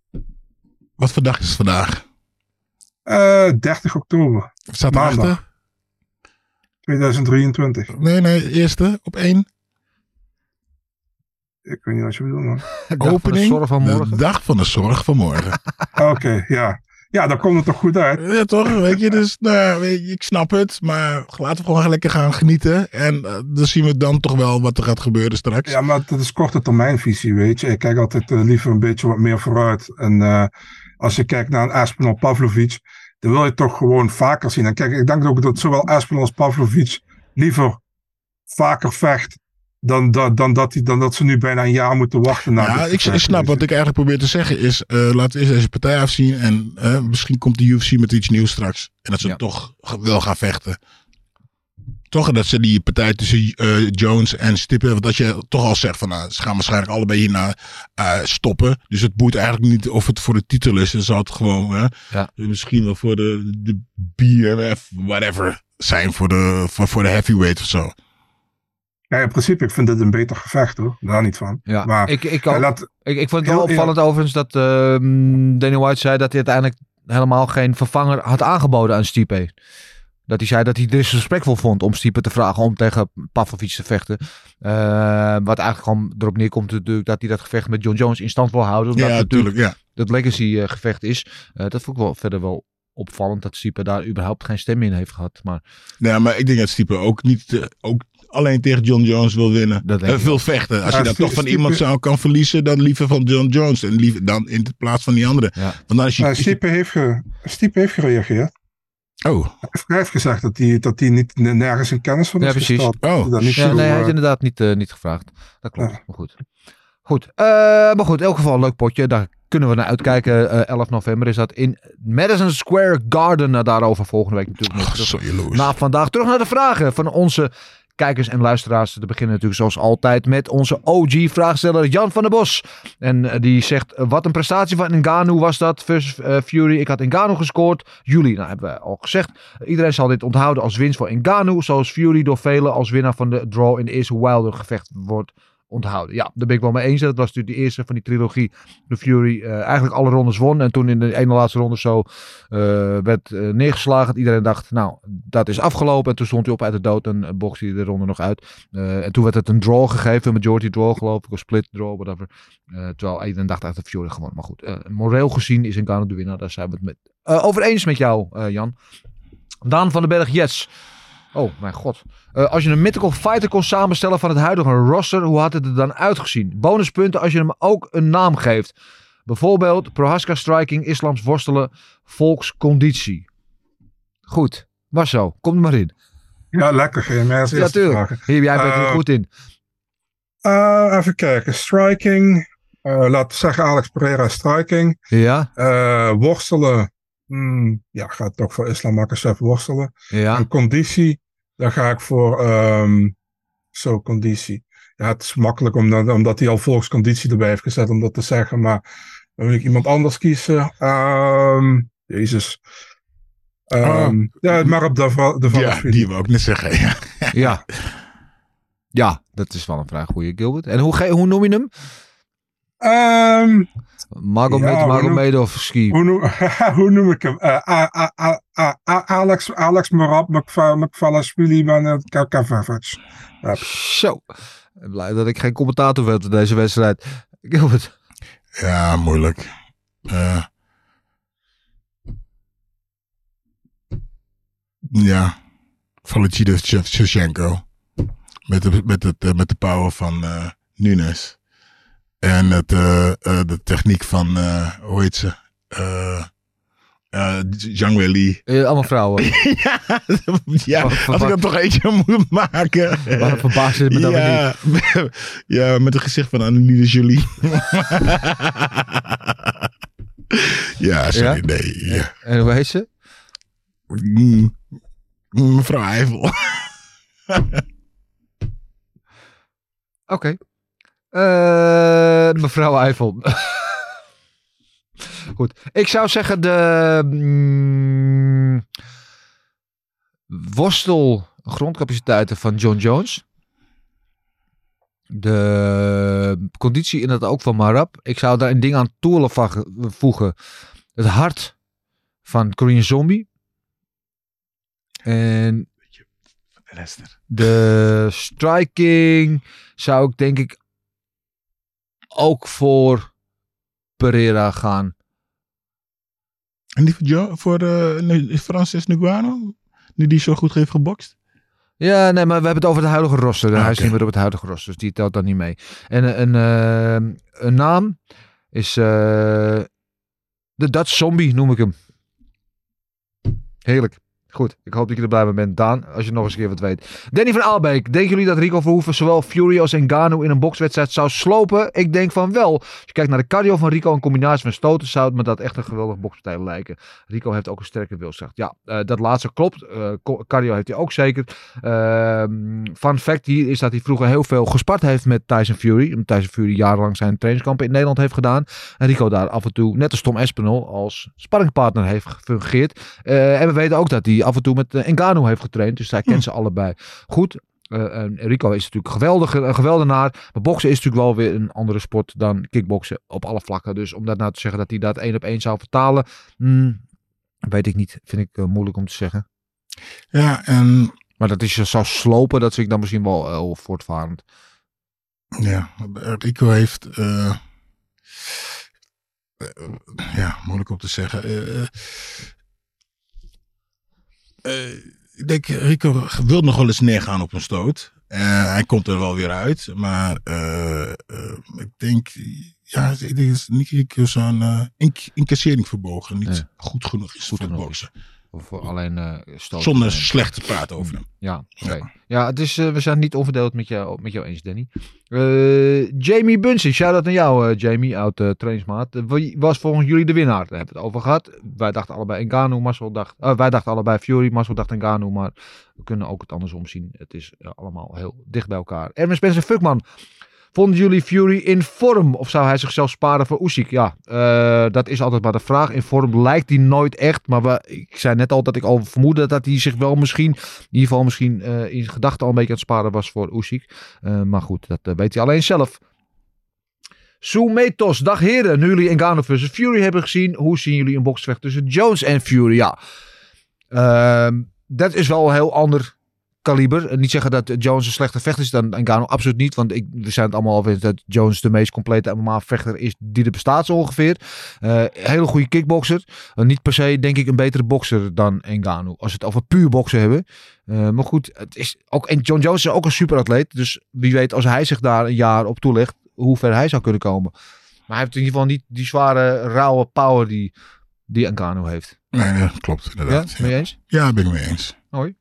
Wat voor dag is het vandaag? Uh, dertig oktober. Wat staat erachter? tweeduizend drieëntwintig. Nee, nee, eerste op één. Ik weet niet wat je bedoelt, man. De dag Opening, van de zorg van morgen. De dag van de zorg van morgen. Oké, okay, ja. Ja, dan komt het toch goed uit. Ja, toch? Weet je, dus nou, weet je, ik snap het. Maar laten we gewoon lekker gaan genieten. En uh, dan zien we dan toch wel wat er gaat gebeuren straks. Ja, maar dat is korte termijnvisie, weet je. Ik kijk altijd uh, liever een beetje wat meer vooruit. En uh, als je kijkt naar een Aspinall Pavlovic, dan wil je toch gewoon vaker zien. En kijk, ik denk ook dat zowel Aspinall als Pavlovic liever vaker vecht Dan, dan, dan, dat die, dan dat ze nu bijna een jaar moeten wachten. Naar ja, ik, ik snap wat ik eigenlijk probeer te zeggen is, uh, laten we eerst deze partij afzien en uh, misschien komt de U F C met iets nieuws straks. En dat ze ja. toch wel gaan vechten. Toch dat ze die partij tussen uh, Jones en Stipe, want als je toch al zegt van nou, ze gaan waarschijnlijk allebei hierna uh, stoppen. Dus het boeit eigenlijk niet of het voor de titel is. Dan zou het gewoon uh, ja. misschien wel voor de, de B M F, whatever, zijn voor de, voor, voor de heavyweight of zo. Ja, in principe, ik vind dit een beter gevecht hoor. Daar niet van. Ja, maar ik, ik, ook, laat, ik, ik vond het wel opvallend ja. overigens dat uh, Dana White zei dat hij uiteindelijk helemaal geen vervanger had aangeboden aan Stipe. Dat hij zei dat hij disrespectvol vond om Stipe te vragen om tegen Pavlovic te vechten. Uh, wat eigenlijk gewoon erop neerkomt natuurlijk dat hij dat gevecht met John Jones in stand wil houden. Omdat ja, natuurlijk. Ja. Dat legacy uh, gevecht is. Uh, dat vond ik wel verder wel opvallend dat Stipe daar überhaupt geen stem in heeft gehad. Maar... Nee, maar ik denk dat Stipe ook niet... Uh, ook alleen tegen John Jones wil winnen. Dat uh, veel vechten. Als ja, je dat toch van Stipe... iemand zou kan verliezen, dan liever van John Jones. En liever dan in plaats van die andere. Ja. Want dan is je... uh, Stipe, heeft ge... Stipe heeft gereageerd. Oh. Hij heeft gezegd dat hij, dat hij niet nergens in kennis van is ja, precies. gesteld. Oh. Dat niet ja, zo, nee, hij heeft inderdaad niet, uh, niet gevraagd. Dat klopt. Ja. Maar goed. Goed. Uh, maar goed, in elk geval een leuk potje. Daar kunnen we naar uitkijken. Uh, elf november is dat in Madison Square Garden. Uh, daarover volgende week natuurlijk. Ach, zo jaloers. Na vandaag terug naar de vragen van onze kijkers en luisteraars. Te beginnen natuurlijk zoals altijd met onze O G-vraagsteller Jan van der Bos. En uh, die zegt, uh, wat een prestatie van Ngannou was dat versus uh, Fury. Ik had Ngannou gescoord. Jullie, nou hebben we al gezegd. Uh, iedereen zal dit onthouden als winst voor Ngannou. Zoals Fury door velen als winnaar van de draw in de eerste Wilder gevecht wordt onthouden. Ja, daar ben ik wel mee eens. Dat was natuurlijk de eerste van die trilogie. De Fury uh, eigenlijk alle rondes won. En toen in de ene laatste ronde zo uh, werd uh, neergeslagen. Iedereen dacht, nou, dat is afgelopen. En toen stond hij op uit de dood en uh, bokste hij de ronde nog uit. Uh, en toen werd het een draw gegeven. Een majority draw geloof ik. Of split draw, whatever. Uh, terwijl iedereen dacht uit de Fury gewoon. Maar goed, uh, moreel gezien is Ngannou de winnaar. Daar zijn we het met, uh, over eens met jou, uh, Jan. Daan van den Berg, yes. Oh, mijn god. Uh, als je een mythical fighter kon samenstellen van het huidige roster, hoe had het er dan uitgezien? Bonuspunten als je hem ook een naam geeft. Bijvoorbeeld Prohaska striking, islams worstelen, volksconditie. Goed. Marcel, kom er maar in. Ja, lekker. Ga je mij als Ja, eerste tuurlijk. vragen. Hier, jij bent er Uh, goed in. Uh, even kijken. Striking. Uh, laten we zeggen Alex Pereira striking. Ja, Uh, worstelen. Hmm, ja, gaat toch voor Islam Makhachev worstelen. ja. En conditie. Daar ga ik voor. Um, zo, conditie. Ja, het is makkelijk omdat, omdat hij al volksconditie erbij heeft gezet om dat te zeggen. Maar dan wil ik iemand anders kiezen. Um, Jezus. Um, Oh. Ja, maar op de, de van Ja, die wil ik net zeggen. Ja. Ja. Ja, dat is wel een vrij goede, Gilbert. En hoe, ge- hoe noem je hem? Um, Magomed, Ja, hoe Magomed of Ski? hoe, noem, hoe noem ik hem? Uh, A- A- A- A- A- Alex, Alex Marab, McFalashvili, Kakavac. Zo. Ik ben blij dat ik geen commentator werd in deze wedstrijd. Gilbert. Ja, moeilijk. Uh, ja, Valentina Shevchenko. Met de, met, het, uh, met de power van uh, Nunes. En het, uh, uh, de techniek van, uh, hoe heet ze? Uh, uh, Zhang Weili. Uh, allemaal vrouwen. ja, ja Wat- wat- als ik er toch eentje moet maken. Waarom verbaas je het me dan weer ja, ja, met het gezicht van Angelina Jolie. ja, sorry, Ja? nee. Ja. En hoe heet ze? Mm, mevrouw Eiffel. Oké. Okay. Uh, mevrouw Eiffel. Goed. Ik zou zeggen de mm, worstel grondcapaciteiten van John Jones. De conditie inderdaad ook van Marab. Ik zou daar een ding aan toevoegen. Het hart van Korean Zombie. En de striking zou ik denk ik ook voor Pereira gaan. En die voor, jo- voor uh, Francis Ngannou? Nu die zo goed heeft gebokst? Ja, nee, maar we hebben het over het huidige roster. Ah, Hij is oké. niet meer op het huidige roster, dus die telt dan niet mee. En een, uh, een naam is uh, de Dutch Zombie, noem ik hem. Heerlijk. Goed, ik hoop dat je er blij mee bent, Daan, als je nog eens een keer wat weet. Danny van Aalbeek, denken jullie dat Rico Verhoeven zowel Fury als Ngannou in een bokswedstrijd zou slopen? Ik denk van wel. Als je kijkt naar de cardio van Rico in combinatie met stoten, zou het me dat echt een geweldig bokspartij lijken. Rico heeft ook een sterke wilskracht. Ja, uh, dat laatste klopt. Uh, cardio heeft hij ook zeker. Uh, fun fact hier is dat hij vroeger heel veel gespart heeft met Tyson Fury. Omdat Tyson Fury jarenlang zijn trainingskampen in Nederland heeft gedaan. En Rico daar af en toe, net als Tom Espinol, als sparringpartner heeft gefungeerd. Uh, en we weten ook dat hij af en toe met uh, Ngannou heeft getraind. Dus hij kent ze allebei goed. Uh, Rico is natuurlijk geweldig, een geweldenaar. Maar boksen is natuurlijk wel weer een andere sport dan kickboksen op alle vlakken. Dus om dat nou te zeggen dat hij dat één op één zou vertalen, hmm, weet ik niet. Vind ik uh, moeilijk om te zeggen. Ja, en... Maar dat is zou slopen, dat vind ik dan misschien wel uh, voortvarend. Ja, Rico heeft... Uh, uh, ja, moeilijk om te zeggen. Uh, uh, ik denk, Rico wil nog wel eens neergaan op een stoot. Uh, hij komt er wel weer uit. Maar uh, uh, ik denk, ja, ik denk dat Nicky zo'n uh, inc- incassering verbogen niet ja. goed genoeg is goed voor het boksen. Of alleen uh, stoten. Zonder en... slecht te praten over hem. Ja, okay. ja. ja het is, uh, we zijn niet onverdeeld met jou, met jou eens, Danny. Uh, Jamie Bunsey, shout-out naar jou, uh, Jamie, oud uh, trainingsmaat. Uh, wie was volgens jullie de winnaar? Daar hebben we het over gehad. Wij dachten allebei Ngannou, Marcel dacht... Uh, wij dachten allebei Fury, Marcel dacht Ngannou, maar we kunnen ook het andersom zien. Het is uh, allemaal heel dicht bij elkaar. Erwin Spencer Fuckman. Vonden jullie Fury in vorm? Of zou hij zichzelf sparen voor Usyk? Ja, uh, dat is altijd maar de vraag. In vorm lijkt hij nooit echt. Maar we, ik zei net al dat ik al vermoedde dat hij zich wel misschien... in ieder geval misschien uh, in gedachten al een beetje aan het sparen was voor Usyk. Uh, maar goed, dat uh, weet hij alleen zelf. Soumetos, dag heren. Nu jullie Ngannou versus Fury hebben gezien. Hoe zien jullie een boksgevecht tussen Jones en Fury? Ja, uh, dat is wel een heel ander... kaliber. Niet zeggen dat Jones een slechte vechter is dan Ngannou. Absoluut niet. Want ik, we zijn het allemaal over dat Jones de meest complete M M A-vechter is die er bestaat zo ongeveer. Uh, hele goede kickbokser. Uh, niet per se denk ik een betere bokser dan Ngannou. Als we het over puur boksen hebben. Uh, maar goed, het is ook, en John Jones is ook een superatleet. Dus wie weet als hij zich daar een jaar op toelegt hoe ver hij zou kunnen komen. Maar hij heeft in ieder geval niet die zware, rauwe power die, die Ngannou heeft. Nee, dat klopt inderdaad. Ja, ben je eens? Ja, ben ik mee eens. Mooi.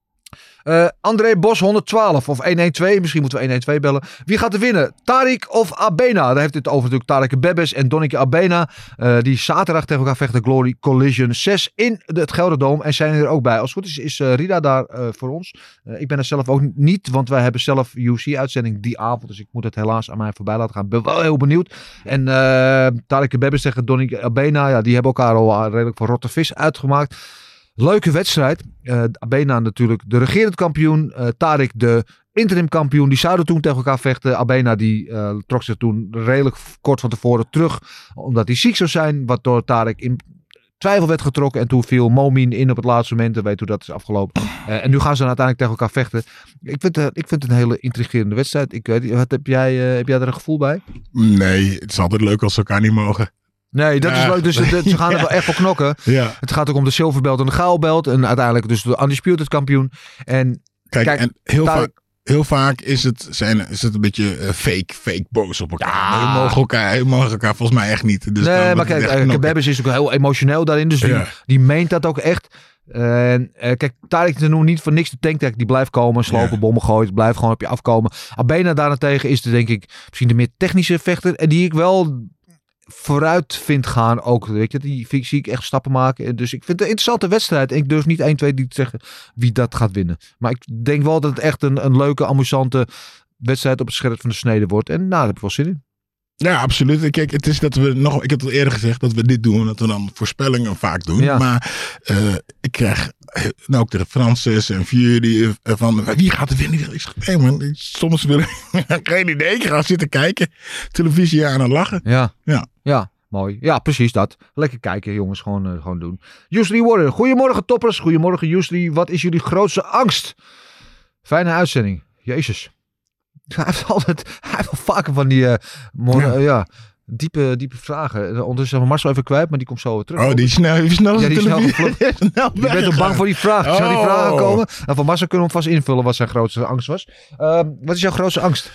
Uh, André Bos honderdtwaalf of honderdtwaalf, misschien moeten we honderdtwaalf bellen. Wie gaat er winnen? Tariq of Abena? Daar heeft het over natuurlijk Tariq Bebes en Donneke Abena. Uh, die zaterdag tegen elkaar vechten. Glory Collision zes in het Gelderdoom. En zijn er ook bij. Als het goed is, is uh, Rida daar uh, voor ons. Uh, ik ben er zelf ook niet, want wij hebben zelf U F C-uitzending die avond. Dus ik moet het helaas aan mij voorbij laten gaan. Ik ben wel heel benieuwd. En uh, Tariq Bebes tegen Donneke Abena, ja, die hebben elkaar al redelijk voor rotte vis uitgemaakt. Leuke wedstrijd. Uh, Abena natuurlijk de regerend kampioen. Uh, Tariq de interim kampioen. Die zouden toen tegen elkaar vechten. Abena die uh, trok zich toen redelijk kort van tevoren terug. Omdat hij ziek zou zijn. Wat door Tariq in twijfel werd getrokken. En toen viel Momin in op het laatste moment. We weten hoe dat is afgelopen. Uh, en nu gaan ze dan uiteindelijk tegen elkaar vechten. Ik vind, uh, ik vind het een hele intrigerende wedstrijd. Ik weet, wat, heb, jij, uh, heb jij er een gevoel bij? Nee, het is altijd leuk als ze elkaar niet mogen. Nee, dat ja. is leuk. Dus de, ze gaan er wel echt voor knokken. Ja. Het gaat ook om de zilverbelt en de goudbelt. En uiteindelijk dus de undisputed kampioen. En kijk, kijk en heel, daar... vaak, heel vaak is het, zijn, is het een beetje uh, fake, fake boos op elkaar. Ja. Maar mogen elkaar, mogen elkaar volgens mij echt niet. Dus nee, maar kijk, Bebes is ook heel emotioneel daarin. Dus die, ja. die meent dat ook echt. En uh, kijk, Tariq is nog niet voor niks de tanktech. Die blijft komen, slopen, ja. bommen gooien. Blijft gewoon op je afkomen. Abena daarentegen is de, denk ik misschien de meer technische vechter. En die ik wel... vooruit vindt gaan ook, weet je, die zie ik echt stappen maken. Dus ik vind het een interessante wedstrijd. En ik durf niet één, twee, drie te zeggen wie dat gaat winnen. Maar ik denk wel dat het echt een, een leuke, amusante wedstrijd op het scherp van de snede wordt. En nou, daar heb ik wel zin in. Ja, absoluut. Kijk, het is dat we nog, ik heb het al eerder gezegd dat we dit doen, dat we dan voorspellingen vaak doen. Ja. Maar uh, ik krijg nou ook tegen Francis en Fury uh, van wie gaat er winnen? Ik zeg, nee man, soms wil ik geen idee. Ik ga zitten kijken, televisie aan en lachen. Ja, ja, ja. Mooi. Ja, precies dat. Lekker kijken, jongens. Gewoon, uh, gewoon doen. Yusri Warrior. Goedemorgen, toppers. Goedemorgen, Yusri. Wat is jullie grootste angst? Fijne uitzending. Jezus. Hij heeft altijd... Hij heeft wel vaker van die... Uh, morgen, ja. Uh, ja, diepe, diepe vragen. Ondertussen hebben we Marcel even kwijt, maar die komt zo weer terug. Oh, die is snel. Die is snel. Ja, die is snel gevlucht. Ik ben toch bang voor die vraag. Oh. Zou die vragen komen? En van Marcel kunnen we hem vast invullen wat zijn grootste angst was. Uh, wat is jouw grootste angst?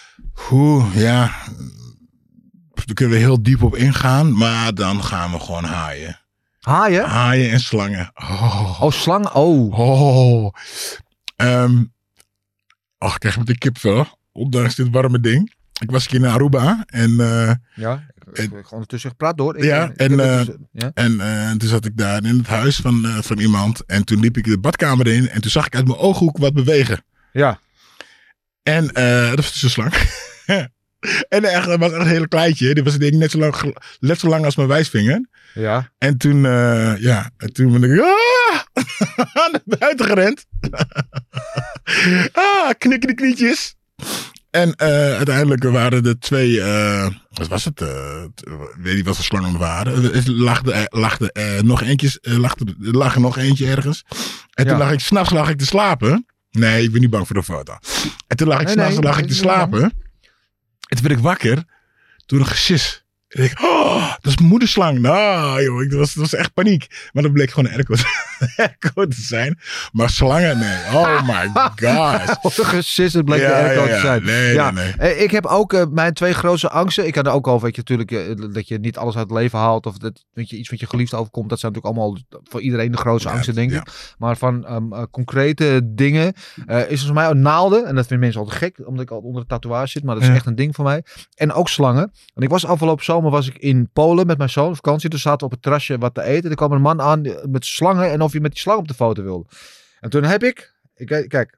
Oeh, ja... Daar kunnen we heel diep op ingaan, maar dan gaan we gewoon haaien. Haaien? Haaien en slangen. Oh, oh slangen? Oh. Oh. Um, oh, ik krijg met de kipvel, ondanks dit warme ding. Ik was een keer naar Aruba en... Uh, ja, ik, ik, ik ondertussen praat door. Ik, ja, ik, en, ik uh, dus, ja, en uh, toen zat ik daar in het huis van, uh, van iemand en toen liep ik de badkamer in en toen zag ik uit mijn ooghoek wat bewegen. Ja. En uh, dat was dus een slang. En echt, dat was echt een hele kleintje. Die was denk ik net zo lang, net zo lang als mijn wijsvinger. Ja. En toen, uh, ja, en toen ben ik ah! naar buiten gerend. ah, knikken de knietjes. En uh, uiteindelijk waren er twee, uh, wat was het? Uh, weet niet wat voor slangen er waren. Er lag, er, lag, er, uh, nog eentje, uh, lag, er, er lag er nog eentje ergens. En toen ja. lag ik, 's nachts lag ik te slapen. Nee, ik ben niet bang voor de foto. En toen lag ik, nee, 's nachts nee, lag ik te slapen. En toen werd ik wakker door een gesis En ik, oh, dat is moederslang. Nou, joh, ik, dat, was, dat was echt paniek. Maar dat bleek gewoon een airco, airco te zijn. Maar slangen, nee. Oh my god. Wat een gesis, het bleek Ja, de airco ja, te ja. zijn. Nee, ja. nee, Eh, Ik heb ook uh, mijn twee grootste angsten. Ik had er ook al, weet je, natuurlijk, uh, dat je niet alles uit het leven haalt. Of dat weet je, iets wat je geliefd overkomt. Dat zijn natuurlijk allemaal voor iedereen de grootste Ja, angsten, denk ja. ik. Maar van um, uh, concrete dingen uh, is er voor mij ook naalden. En dat vinden mensen altijd gek, omdat ik al onder de tatoeage zit. Maar dat is Ja. echt een ding voor mij. En ook slangen. En ik was afgelopen zomer was ik in Polen met mijn zoon op vakantie. Toen zaten we op het terrasje wat te eten. Er kwam een man aan met slangen en of je met die slang op de foto wilde. En toen heb ik, ik kijk,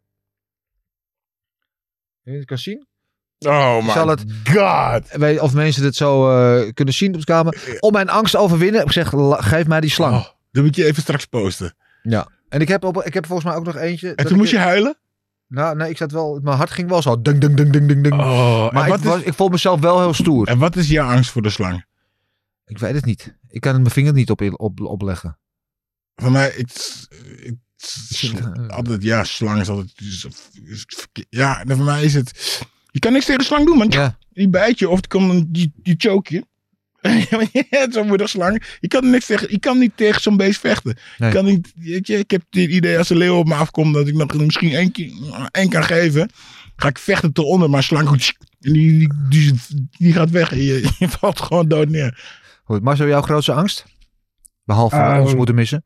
je kan zien. Oh my Zal het- god. Weet je of mensen dit zo uh, kunnen zien op de kamer. Om mijn angst te overwinnen, heb ik gezegd, la- geef mij die slang. Oh, dat moet je even straks posten. Ja. En ik heb, op, ik heb volgens mij ook nog eentje. En dat toen ik- moest je huilen? Nou, nee, ik zat wel, mijn hart ging wel zo. Ding, ding, ding, ding, ding, ding. Oh, maar en ik, wat, was, is, ik vond mezelf wel heel stoer. en wat is jouw angst voor de slang? Ik weet het niet. Ik kan mijn vinger niet op, op, opleggen. Voor mij, ik, ik, sl- altijd, ja, slang is altijd, is- is verkeerd. Ja, en voor mij is het, je kan niks tegen de slang doen, man. Ja. Die bijt je of het komt een, die, die choke je. Zo'n moederslang. Je kan niks tegen, je kan niet tegen zo'n beest vechten. Nee. Je kan niet, weet je, ik heb het idee als een leeuw op me afkomt dat ik nog misschien één, keer, één kan geven. Ga ik vechten tot onder, maar slang en die, die, die, die gaat weg en je, je valt gewoon dood neer. Goed, Marcel, jouw grootste angst? Behalve Uh, ons moeten missen.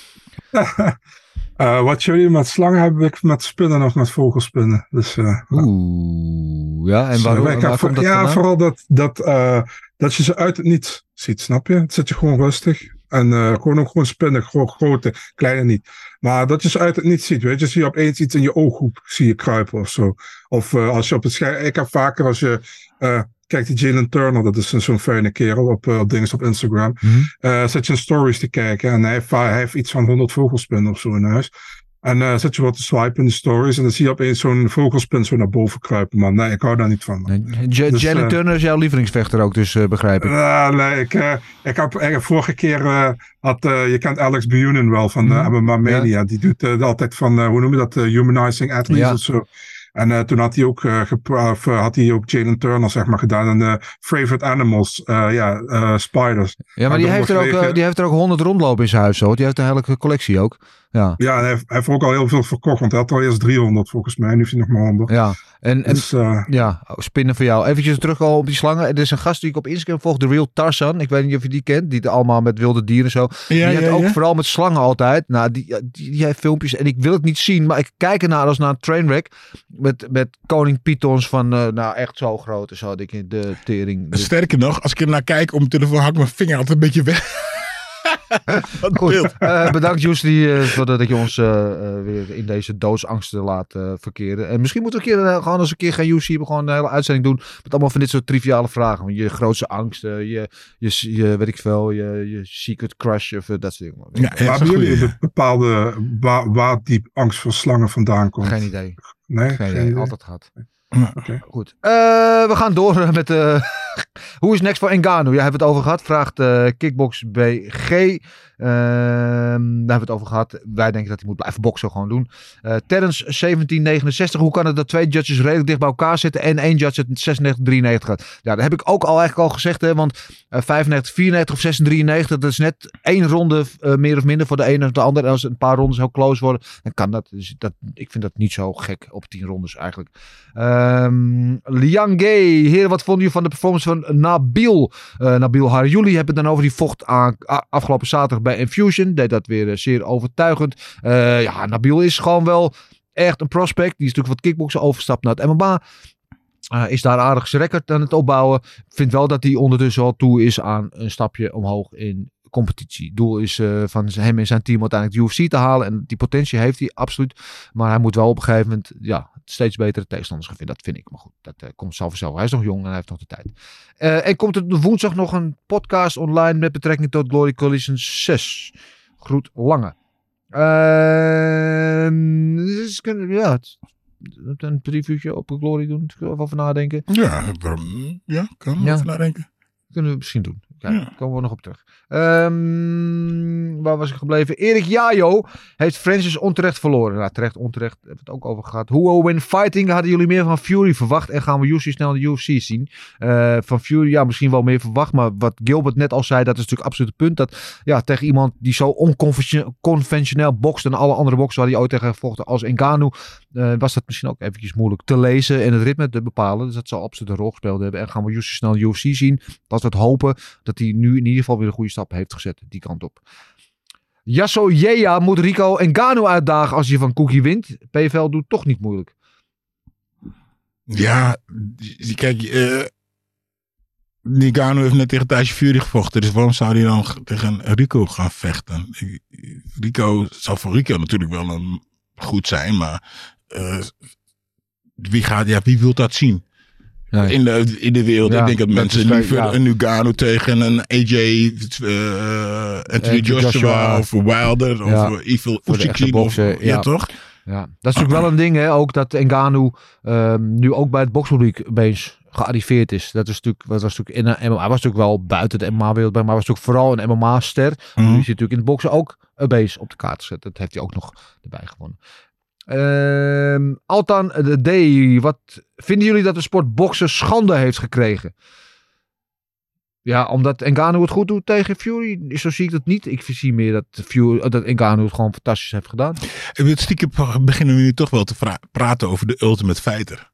Uh, wat jullie met slangen hebben, heb ik met spinnen of met vogelspinnen. Dus, uh, Oeh, ja. En dus, waarom, uh, en ik waar heb- komt dat ja, vandaan? vooral dat, dat, uh, dat je ze uit het niets ziet, snap je? Het zit je gewoon rustig. En uh, gewoon ook gewoon spinnen, gro- grote, kleine niet. Maar dat je ze uit het niets ziet, weet je. Zie je opeens iets in je ooghoek, zie je kruipen of zo. Of uh, als je op het scherm, ik heb vaker als je... Uh, Kijk, die Jalen Turner, dat is een- zo'n fijne kerel op, uh, op dingen op Instagram. Mhm. Uh, zet je een stories te kijken en hij heeft, hij heeft iets van honderd vogelspinnen of zo in huis. En uh, zet je wat te swipen in de stories en dan zie je opeens zo'n vogelspin zo naar boven kruipen, man. Nee, ik hou daar niet van. Man. Nee, J- Dus, Jalen uh, Turner is jouw lievelingsvechter ook, dus uh, begrijp ik. Uh, nee, ik, uh, ik heb ik heb vorige keer uh, had, uh, je kent Alex Buchanan wel van uh, Mhm. M M A Mania. Die doet uh, altijd van, uh, hoe noem je dat, uh, humanizing athletes Ja. of zo. En uh, toen had hij ook, uh, gepra- of, uh, had hij ook Jalen Turner zeg maar gedaan. En uh, favorite animals, uh, ja, uh, spiders. Ja, maar die dan heeft, er ook, vanwege- uh, die heeft er ook honderd rondlopen in zijn huis. Zo. Die heeft een hele collectie ook. Ja, Ja, en hij heeft, hij heeft ook al heel veel verkocht, want hij had al eerst driehonderd volgens mij. En nu heeft hij nog maar honderd. ja. En, en Dus, uh, ja, spinnen voor jou. Eventjes terugkomen op die slangen. Er is een gast die ik op Instagram volg, The Real Tarzan. Ik weet niet of je die kent. Die het allemaal met wilde dieren en zo. Ja, die heeft ja, ook ja. vooral met slangen altijd. Nou, die, die, die heeft filmpjes en ik wil het niet zien, maar ik kijk ernaar als naar een trainwreck. Met, met koning pythons van, uh, nou echt zo groot. en Zo, ik de tering. De... Sterker nog, als ik er naar kijk op mijn telefoon, hak ik mijn vinger altijd een beetje weg. Wat Goed, beeld. uh, bedankt Justy uh, voor dat je ons uh, uh, weer in deze doodsangsten laat uh, verkeren. En misschien moeten we een keer, uh, gewoon als een keer gaan Justy hebben, gewoon een hele uitzending doen met allemaal van dit soort triviale vragen. Je grootste angsten, je, je, je weet ik veel, je, je secret crush of uh, dat soort dingen. Ja, ja, waar dat is hebben een jullie goeie, een ja. bepaalde, waar, waar die angst voor slangen vandaan komt? Geen idee. Nee, Geen idee. Altijd gehad. Oké. Goed. Uh, we gaan door met uh, hoe is next voor Ngannou? Ja, hebben we het over gehad. Vraagt uh, Kickbox B G. Uh, daar hebben we het over gehad. Wij denken dat hij moet blijven boksen, gewoon doen. Uh, Terrence zeventien negenenzestig. Hoe kan het dat twee judges redelijk dicht bij elkaar zitten en één judge het zesennegentig drieënnegentig gaat? Ja, dat heb ik ook al eigenlijk al gezegd. Hè, want uh, vijfennegentig vierennegentig of zesennegentig drieënnegentig, dat is net één ronde uh, meer of minder voor de ene of de ander. En als een paar rondes heel close worden, dan kan dat. Dus dat ik vind dat niet zo gek op tien rondes eigenlijk. Um, Liang Gay. Heren, wat vonden jullie van de performance van Nabil? Uh, Nabil Harjouli hebben het dan over die vocht aan, a, afgelopen zaterdag bij Infusion. Deed dat weer uh, zeer overtuigend. Uh, ja, Nabil is gewoon wel echt een prospect. Die is natuurlijk wat kickboksen overstapt naar het M M A. Uh, is daar aardig zijn record aan het opbouwen. Vind wel dat hij ondertussen al toe is aan een stapje omhoog in competitie. Doel is uh, van hem en zijn team uiteindelijk de U F C te halen. En die potentie heeft hij absoluut. Maar hij moet wel op een gegeven moment ja, steeds betere tegenstanders gaan vinden. Dat vind ik. Maar goed, dat uh, komt zelf vanzelf. Hij is nog jong en hij heeft nog de tijd. Uh, en komt er woensdag nog een podcast online met betrekking tot Glory Collision zes. Groet Lange. Uh, dus, ja, het, een previewtje op Glory doen. Even over nadenken. Ja, waarom- ja, kan Ja. even nadenken. Kunnen we misschien doen. Ja, daar komen we nog op terug. Um, waar was ik gebleven? Erik Jajo heeft Francis onterecht verloren. Nou, terecht, onterecht, hebben we het ook over gehad. Who win fighting? Hadden jullie meer van Fury verwacht? En gaan we U F C snel in de U F C zien? Uh, van Fury, ja, misschien wel meer verwacht. Maar wat Gilbert net al zei, dat is natuurlijk absoluut het punt. Dat ja, tegen iemand die zo onconventioneel bokst dan alle andere boksen waar hij ooit tegen gevochten als Ngannou, uh, was dat misschien ook eventjes moeilijk te lezen en het ritme te bepalen. Dus dat zal absoluut een rol gespeeld hebben. En gaan we U F C snel in de U F C zien? Dat we het hopen dat hij nu in ieder geval weer een goede stap heeft gezet die kant op. Yasso Jea moet Rico Ngannou uitdagen als hij van Cookie wint. P F L doet toch niet moeilijk. Ja, kijk, uh, Ngannou heeft net tegen Tyson Fury gevochten. Dus waarom zou hij dan tegen Rico gaan vechten? Rico zou voor Rico natuurlijk wel een goed zijn, maar uh, wie gaat, ja, wie wil dat zien? Nee. In, de, in de wereld. Ja, ik denk dat, dat mensen liever ja. een Ngannou tegen een A J, uh, Anthony Joshua, Joshua of Wilder ja. of Evil Usyk of ja. ja toch? Ja, dat is natuurlijk wel een ding, hè, ook dat Ngannou um, nu ook bij het bokspubliek opeens gearriveerd is. Dat is natuurlijk, dat was natuurlijk in een M M A, was natuurlijk wel buiten de M M A-wereld, maar was natuurlijk vooral een M M A-ster. Mm-hmm. Nu is hij natuurlijk in het boksen ook opeens op de kaart gezet. Dat heeft hij ook nog erbij gewonnen. Uh, Altan de D, wat vinden jullie dat de sport boksen schande heeft gekregen? Ja, omdat Ngannou het goed doet tegen Fury, zo zie ik dat niet. Ik zie meer dat, Fury, dat Ngannou het gewoon fantastisch heeft gedaan. En het stiekem beginnen we nu toch wel te vra- praten over de Ultimate Fighter.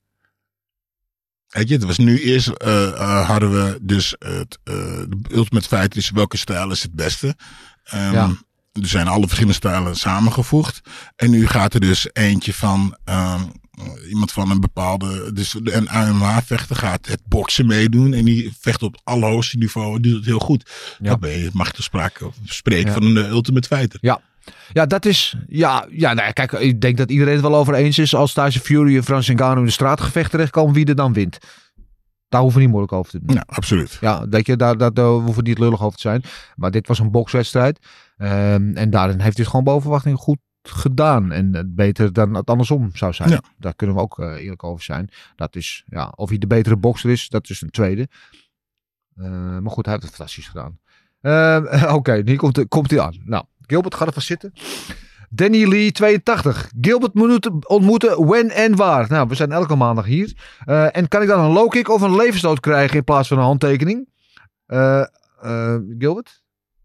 Weet je, het was nu eerst uh, uh, hadden we dus uh, uh, de Ultimate Fighter is welke stijl is het beste. Um, ja. Er zijn alle verschillende stijlen samengevoegd. En nu gaat er dus eentje van um, iemand van een bepaalde, dus een M M A-vechter gaat het boksen meedoen. En die vecht op het allerhoogste niveau en doet het heel goed. Ja. Dan ben je, mag je te sprake, spreken ja. van een uh, Ultimate Fighter. Ja. Ja, dat is, ja, ja nou, kijk, ik denk dat iedereen het wel over eens is als Tyson Fury en Francis Ngannou in de straatgevecht terechtkomen, wie er dan wint. Daar hoeven we niet moeilijk over te doen. Ja, absoluut. Ja, weet je, daar, daar, daar hoeven we niet lullig over te zijn. Maar dit was een bokswedstrijd. Um, en daarin heeft hij het gewoon boven verwachting goed gedaan. En beter dan het andersom zou zijn. Ja. Daar kunnen we ook uh, eerlijk over zijn. Dat is, ja, of hij de betere bokser is, dat is een tweede. Uh, maar goed, hij heeft het fantastisch gedaan. Uh, Oké, okay, hier komt, komt hij aan. Nou, Gilbert, ga er vast zitten. Danny Lee, tweeëntachtig. Gilbert moet ontmoeten, when en waar. Nou, we zijn elke maandag hier. Uh, en kan ik dan een low kick of een levensstoot krijgen in plaats van een handtekening? Uh, uh, Gilbert?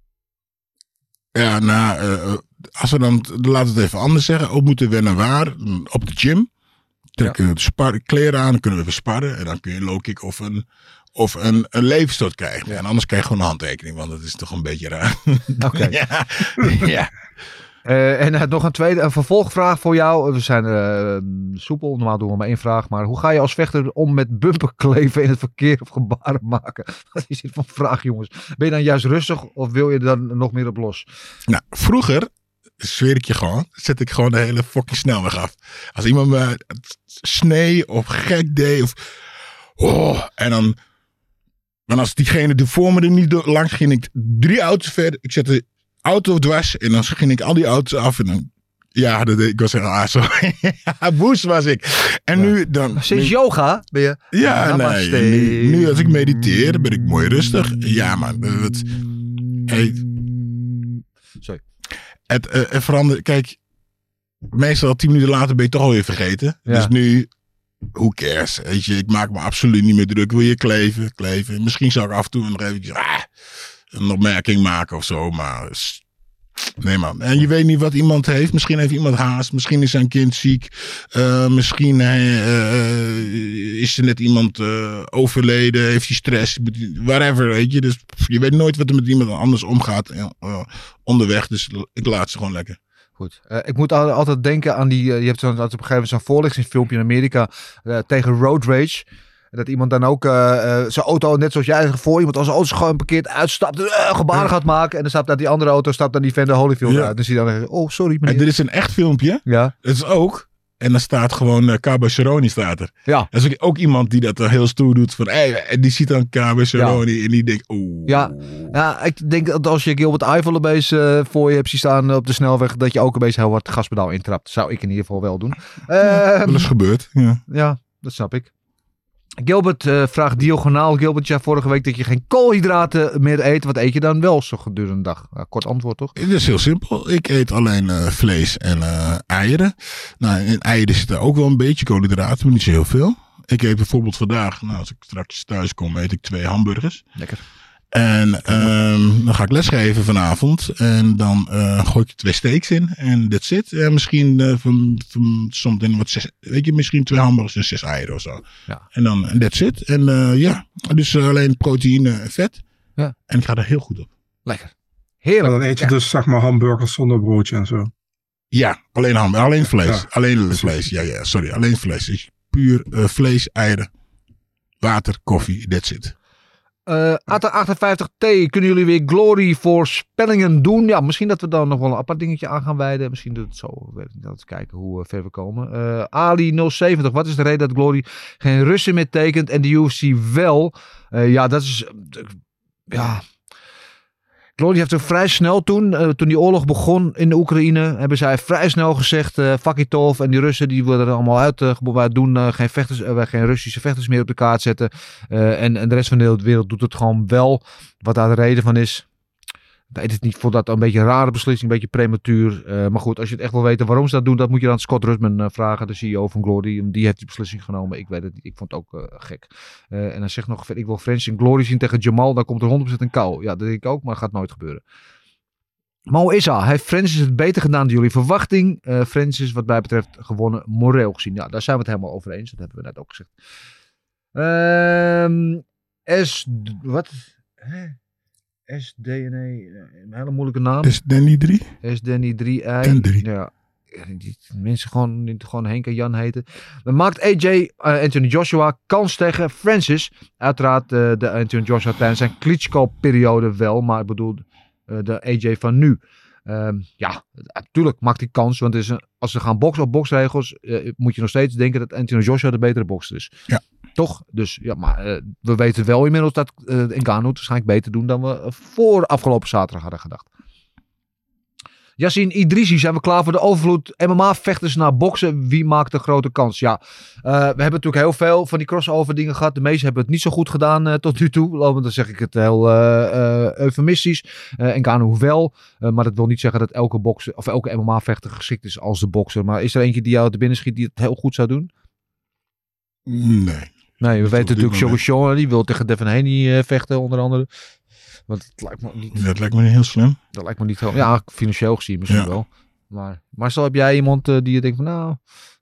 Ja, nou, uh, als we dan, laten we het even anders zeggen. Ontmoeten, when en waar. Op de gym. Trekken we ja. spar- kleren aan, dan kunnen we even sparren. En dan kun je een low kick of een, of een, een levensstoot krijgen. Ja. En anders krijg je gewoon een handtekening, want dat is toch een beetje raar. Oké. Okay. ja. ja. Uh, en uh, nog een tweede, een vervolgvraag voor jou. We zijn uh, soepel, normaal doen we maar één vraag. Maar hoe ga je als vechter om met bumperkleven in het verkeer of gebaren maken? Wat is dit voor vraag, jongens? Ben je dan juist rustig of wil je dan nog meer op los? Nou, vroeger, zweer ik je gewoon, zet ik gewoon de hele fucking snelweg af. Als iemand me snee of gek deed of... Oh, en dan... Maar als diegene de voor me er niet door, langs ging ik drie auto's verder. Ik zette auto dwars en dan ging ik al die auto's af en dan, ja, dat, ik was zeggen, ah, zo, boos was ik. En ja. nu dan... Sinds yoga ben je... Ja, nee, nu, nu als ik mediteer ben ik mooi rustig. Ja, man, het... Hey, Sorry. Het, uh, het verandert, kijk, meestal tien minuten later ben je toch alweer vergeten. Ja. Dus nu, who cares, weet je, ik maak me absoluut niet meer druk. Wil je kleven, kleven. Misschien zou ik af en toe nog even ah, een opmerking maken of zo, maar nee man. En je weet niet wat iemand heeft. Misschien heeft iemand haast, misschien is zijn kind ziek, uh, misschien uh, is er net iemand uh, overleden, heeft hij stress, whatever, weet je. Dus je weet nooit wat er met iemand anders omgaat uh, onderweg, dus ik laat ze gewoon lekker. Goed. Uh, ik moet altijd denken aan die, uh, je hebt zo'n, op een gegeven moment zo'n voorlichtingsfilmpje in Amerika uh, tegen road rage. Dat iemand dan ook uh, uh, zijn auto, net zoals jij voor iemand als zijn auto gewoon parkeert, uitstapt, uh, gebaren ja. gaat maken. En dan stapt uit die andere auto, stapt dan die Vander Holyfield ja. uit. Dan zie je dan, oh sorry meneer. En dit is een echt filmpje. Ja. Het is ook, en dan staat gewoon uh, Cabo Cerrone staat er. Ja. Dat is ook, ook iemand die dat er heel stoer doet. Van, hey, en die ziet dan Cabo Cerrone ja. en die denkt, oeh. Ja. ja, ik denk dat als je Gilbert Eiffel opeens uh, voor je hebt zien staan op de snelweg, dat je ook opeens heel hard gaspedaal intrapt. Zou ik in ieder geval wel doen. Uh, ja, dat is gebeurd. Ja. ja, dat snap ik. Gilbert uh, vraagt diagonaal. Gilbert, ja, vorige week dat je geen koolhydraten meer eet. Wat eet je dan wel zo gedurende een dag? Uh, kort antwoord, toch? Het is heel simpel. Ik eet alleen uh, vlees en uh, eieren. Nou, in eieren zitten ook wel een beetje koolhydraten, maar niet zo heel veel. Ik eet bijvoorbeeld vandaag, nou, als ik straks thuis kom, eet ik twee hamburgers. Lekker. En um, dan ga ik lesgeven vanavond. En dan uh, gooi ik er twee steaks in. En that's it. En misschien uh, van, van, zometeen wat zes, weet je, misschien twee hamburgers en zes eieren of zo. Ja. En dan en that's it. En uh, ja, dus uh, alleen proteïne en vet. Ja. En ik ga er heel goed op. Lekker. Heerlijk. En dan eet je ja. dus zeg maar hamburgers zonder broodje en zo. Ja, alleen hamburger, alleen vlees. Ja. Alleen vlees. Ja, ja, sorry. Alleen vlees. Dus puur uh, vlees, eieren, water, koffie. That's it. Uh, A T achtenvijftig T, kunnen jullie weer glory voorspellingen doen? Ja, misschien dat we dan nog wel een apart dingetje aan gaan wijden. Misschien doet het zo. Ik weet niet. Laten we kijken hoe uh, ver we komen. Uh, Ali nul zeventig, wat is de reden dat Glory geen Russen meer tekent en de U F C wel? Uh, ja, dat is... Uh, ja... Glory heeft ook vrij snel toen, uh, toen die oorlog begon in de Oekraïne, hebben zij vrij snel gezegd, uh, fuck it off. En die Russen die worden er allemaal uit. Uh, wij doen uh, geen, vechters, uh, wij geen Russische vechters meer op de kaart zetten. Uh, en, en de rest van de wereld doet het gewoon wel. Wat daar de reden van is, weet het niet. Ik vond dat een beetje een rare beslissing, een beetje prematuur. Uh, maar goed, als je het echt wil weten waarom ze dat doen, dat moet je dan Scott Rudman uh, vragen, de C E O van Glory. Die heeft die beslissing genomen. Ik weet het niet. Ik vond het ook uh, gek. Uh, en dan zegt nog, ik wil Francis in Glory zien tegen Jamal, dan komt er honderd procent een kou. Ja, dat denk ik ook, maar dat gaat nooit gebeuren. Mo Issa, heeft Francis het beter gedaan dan jullie verwachting? Uh, Francis, wat mij betreft, gewonnen moreel gezien. Ja, daar zijn we het helemaal over eens. Dat hebben we net ook gezegd. Um, S, wat? Hè? S D N E, een hele moeilijke naam. S D N E drie? S D N E drie I. Ja, die mensen gewoon, niet gewoon Henk en Jan heten. Dan maakt A J, uh, Anthony Joshua, kans tegen Francis. Uiteraard uh, de Anthony Joshua tijdens zijn Klitschko-periode wel, maar ik bedoel uh, de A J van nu. Um, ja, natuurlijk maakt hij kans, want is een, als ze gaan boksen op boksregels, uh, moet je nog steeds denken dat Anthony Joshua de betere bokser is. Ja. Toch? Dus ja, maar uh, we weten wel inmiddels dat uh, Ngannou het waarschijnlijk beter doen dan we uh, voor afgelopen zaterdag hadden gedacht. Yassine Idrissi, zijn we klaar voor de overvloed M M A-vechters naar boksen? Wie maakt de grote kans? Ja, uh, we hebben natuurlijk heel veel van die crossover dingen gehad. De meeste hebben het niet zo goed gedaan uh, tot nu toe. Dan zeg ik het heel uh, uh, eufemistisch. Uh, Ngannou wel, uh, maar dat wil niet zeggen dat elke bokser of elke M M A-vechter geschikt is als de bokser. Maar is er eentje die jou te binnen schiet die het heel goed zou doen? Nee. Nee, we weten natuurlijk Shogun Sean, die wil tegen Devin Haney uh, vechten onder andere. Want het lijkt me niet... Dat lijkt me niet heel slim. Dat lijkt me niet heel... Ja, financieel gezien misschien ja. wel. Maar, maar zo heb jij iemand uh, die je denkt van nou...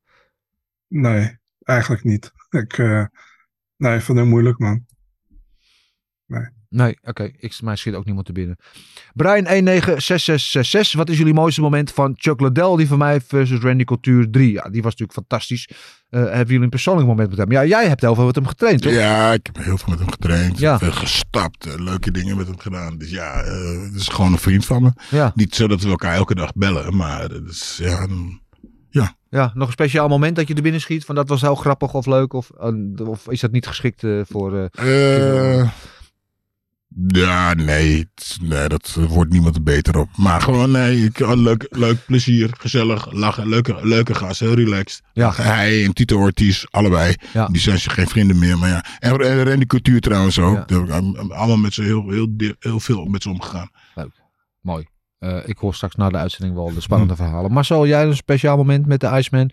Nee, eigenlijk niet. Ik uh, nee, vind het moeilijk, man. Nee. Nee, oké. Okay. Mij schiet ook niemand te binnen. Brian een negen zes zes zes zes. Wat is jullie mooiste moment van Chuck Liddell? Die van mij versus Randy Couture drie. Ja, die was natuurlijk fantastisch. Uh, hebben jullie een persoonlijk moment met hem? Ja, jij hebt heel veel met hem getraind, toch? Ja, ik heb heel veel met hem getraind. Ja. Veel gestapt. Uh, leuke dingen met hem gedaan. Dus ja, uh, het is gewoon een vriend van me. Ja. Niet zo dat we elkaar elke dag bellen, maar het is, ja... Een, ja. Ja, nog een speciaal moment dat je er binnen schiet? Van dat was heel grappig of leuk? Of, uh, of is dat niet geschikt uh, voor... Uh, uh, Ja, nee, nee, dat wordt niemand er beter op. Maar gewoon, nee, ik, leuk, leuk, plezier, gezellig, lachen, leuke, leuke gast, heel relaxed. Ja. Hij en Tito Ortiz, allebei, ja. Die zijn geen vrienden meer. Maar ja, en, en Randy Couture trouwens ook. Ja. Allemaal met ze heel, heel, heel veel met ze omgegaan. Leuk, mooi. Uh, ik hoor straks na de uitzending wel de spannende hmm. verhalen. Marcel, jij een speciaal moment met de Iceman?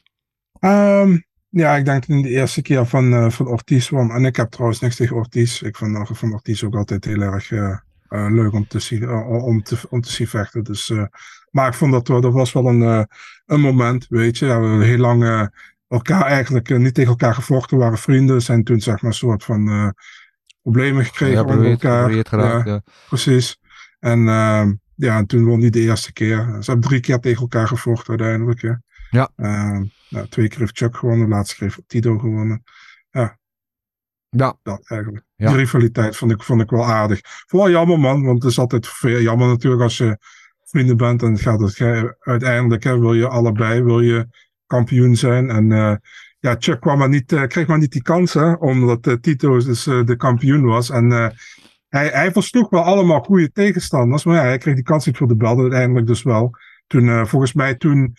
Um... Ja, ik denk toen de eerste keer van, uh, van Ortiz won. En ik heb trouwens niks tegen Ortiz. Ik vind uh, van Ortiz ook altijd heel erg uh, uh, leuk om te, zien, uh, om, te, om te zien vechten. Dus, uh, maar ik vond dat dat was wel een, uh, een moment, weet je. Ja, we hebben heel lang uh, elkaar eigenlijk uh, niet tegen elkaar gevochten. We waren vrienden. Zijn toen zeg maar een soort van uh, problemen gekregen ja, onder elkaar. Geraakt, ja, ja. Precies. En, uh, ja, en toen won hij de eerste keer. Ze hebben drie keer tegen elkaar gevochten uiteindelijk. Ja. Ja. Uh, nou, twee keer heeft Chuck gewonnen, de laatste keer heeft Tito gewonnen. Ja. Ja. Dat eigenlijk. Ja. Die rivaliteit vond ik, vond ik wel aardig. Vooral jammer, man, want het is altijd veel jammer natuurlijk als je vrienden bent en gaat het uiteindelijk, hè, wil je allebei, wil je kampioen zijn. En uh, ja, Chuck kwam maar niet, uh, kreeg maar niet die kans, hè, omdat uh, Tito dus uh, de kampioen was. En uh, hij, hij versloeg wel allemaal goede tegenstanders, maar ja, hij kreeg die kans niet voor de belt, uiteindelijk dus wel. Toen, uh, volgens mij toen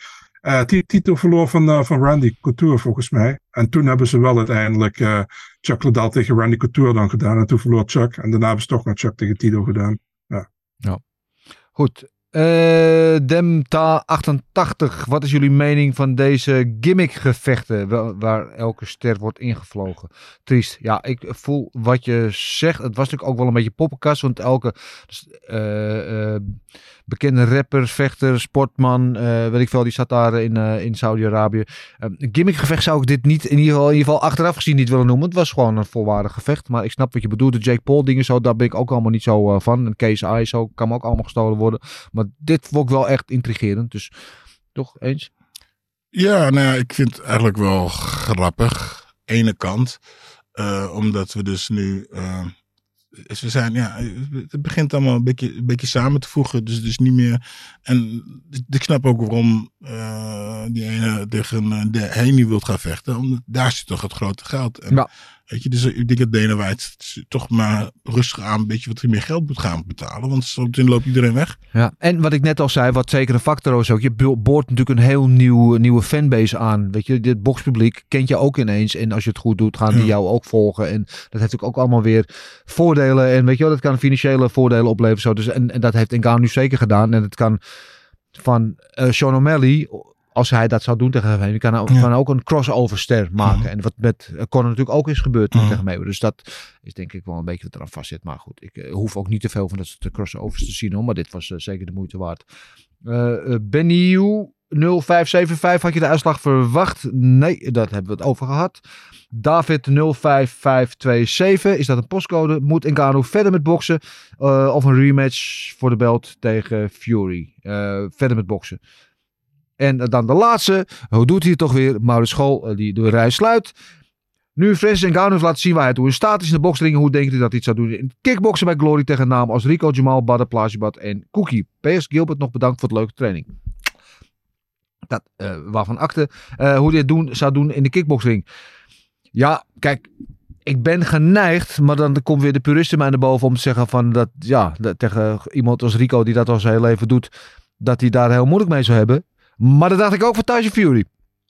Uh, titel verloor van, uh, van Randy Couture volgens mij. En toen hebben ze wel uiteindelijk uh, Chuck Liddell tegen Randy Couture dan gedaan. En toen verloor Chuck. En daarna hebben ze toch nog Chuck tegen Tito gedaan. Ja. Ja. Goed. Uh, Demta achtentachtig. Wat is jullie mening van deze gimmickgevechten waar, waar elke ster wordt ingevlogen? Triest. Ja, ik voel wat je zegt. Het was natuurlijk ook wel een beetje poppenkast. Want elke uh, uh, bekende rapper, vechter, sportman, uh, weet ik veel, die zat daar in, uh, in Saudi-Arabië. Uh, gimmickgevecht zou ik dit niet, in ieder, geval, in ieder geval achteraf gezien niet willen noemen. Het was gewoon een volwaardig gevecht. Maar ik snap wat je bedoelt. De Jake Paul dingen zo, daar ben ik ook allemaal niet zo uh, van. En Case I zo, kan me ook allemaal gestolen worden. Maar dit vond ik wel echt intrigerend. Dus toch eens? Ja, nou ja, ik vind het eigenlijk wel grappig. Ene kant. Uh, omdat we dus nu... Uh, we zijn, ja, het begint allemaal een beetje, een beetje samen te voegen. Dus, dus niet meer... En ik snap ook waarom uh, die ene tegen de Haney wilt gaan vechten. Omdat daar zit toch het grote geld. En, ja. Weet je, dus ik denk dat Dana White toch maar rustig aan een beetje wat meer geld moet gaan betalen. Want zo meteen loopt iedereen weg. Ja, en wat ik net al zei, wat zeker een factor is ook. Je boort natuurlijk een heel nieuw, nieuwe fanbase aan. Weet je, dit boxpubliek kent je ook ineens. En als je het goed doet, gaan die ja. jou ook volgen. En dat heeft natuurlijk ook allemaal weer voordelen. En weet je wel, dat kan financiële voordelen opleveren. Zo. Dus, en, en dat heeft Ngannou nu zeker gedaan. En het kan van uh, Sean O'Malley... Als hij dat zou doen tegen hem, kan hij ja. ook een crossover ster maken. Mm-hmm. En wat met Conor natuurlijk ook is gebeurd mm-hmm. tegen Mayweather. Dus dat is denk ik wel een beetje wat eraan vast zit. Maar goed, ik uh, hoef ook niet te veel van dat soort crossovers te zien. Hoor. Maar dit was uh, zeker de moeite waard. Uh, uh, Benny nul vijf zeven vijf, had je de uitslag verwacht? Nee, dat hebben we het over gehad. David nul vijf vijf twee zeven, is dat een postcode? Moet Ngannou verder met boksen? Uh, of een rematch voor de belt tegen Fury? Uh, verder met boksen. En dan de laatste. Hoe doet hij het toch weer? Maurits School, die de rij sluit. Nu Francis Ngannou heeft laten zien waar hij toe in staat is in de boksringen. Hoe denkt hij dat hij het zou doen in kickboksen bij Glory tegen namen als Rico, Jamal, Badr, Plazibat en Cookie. P S Gilbert nog bedankt voor de leuke training. Dat, uh, waarvan akte. Uh, hoe hij het doen, zou doen in de kickboksring. Ja, kijk. Ik ben geneigd, maar dan komt weer de purist in mij naar boven om te zeggen van dat, ja, dat tegen iemand als Rico die dat al zijn hele leven doet, dat hij daar heel moeilijk mee zou hebben. Maar dat dacht ik ook van Tyson Fury.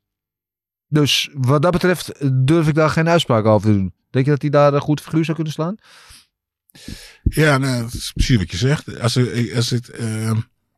Dus wat dat betreft durf ik daar geen uitspraak over te doen. Denk je dat hij daar een goed figuur zou kunnen slaan? Ja, nou, dat is precies wat je zegt. Als, er, als het... Uh,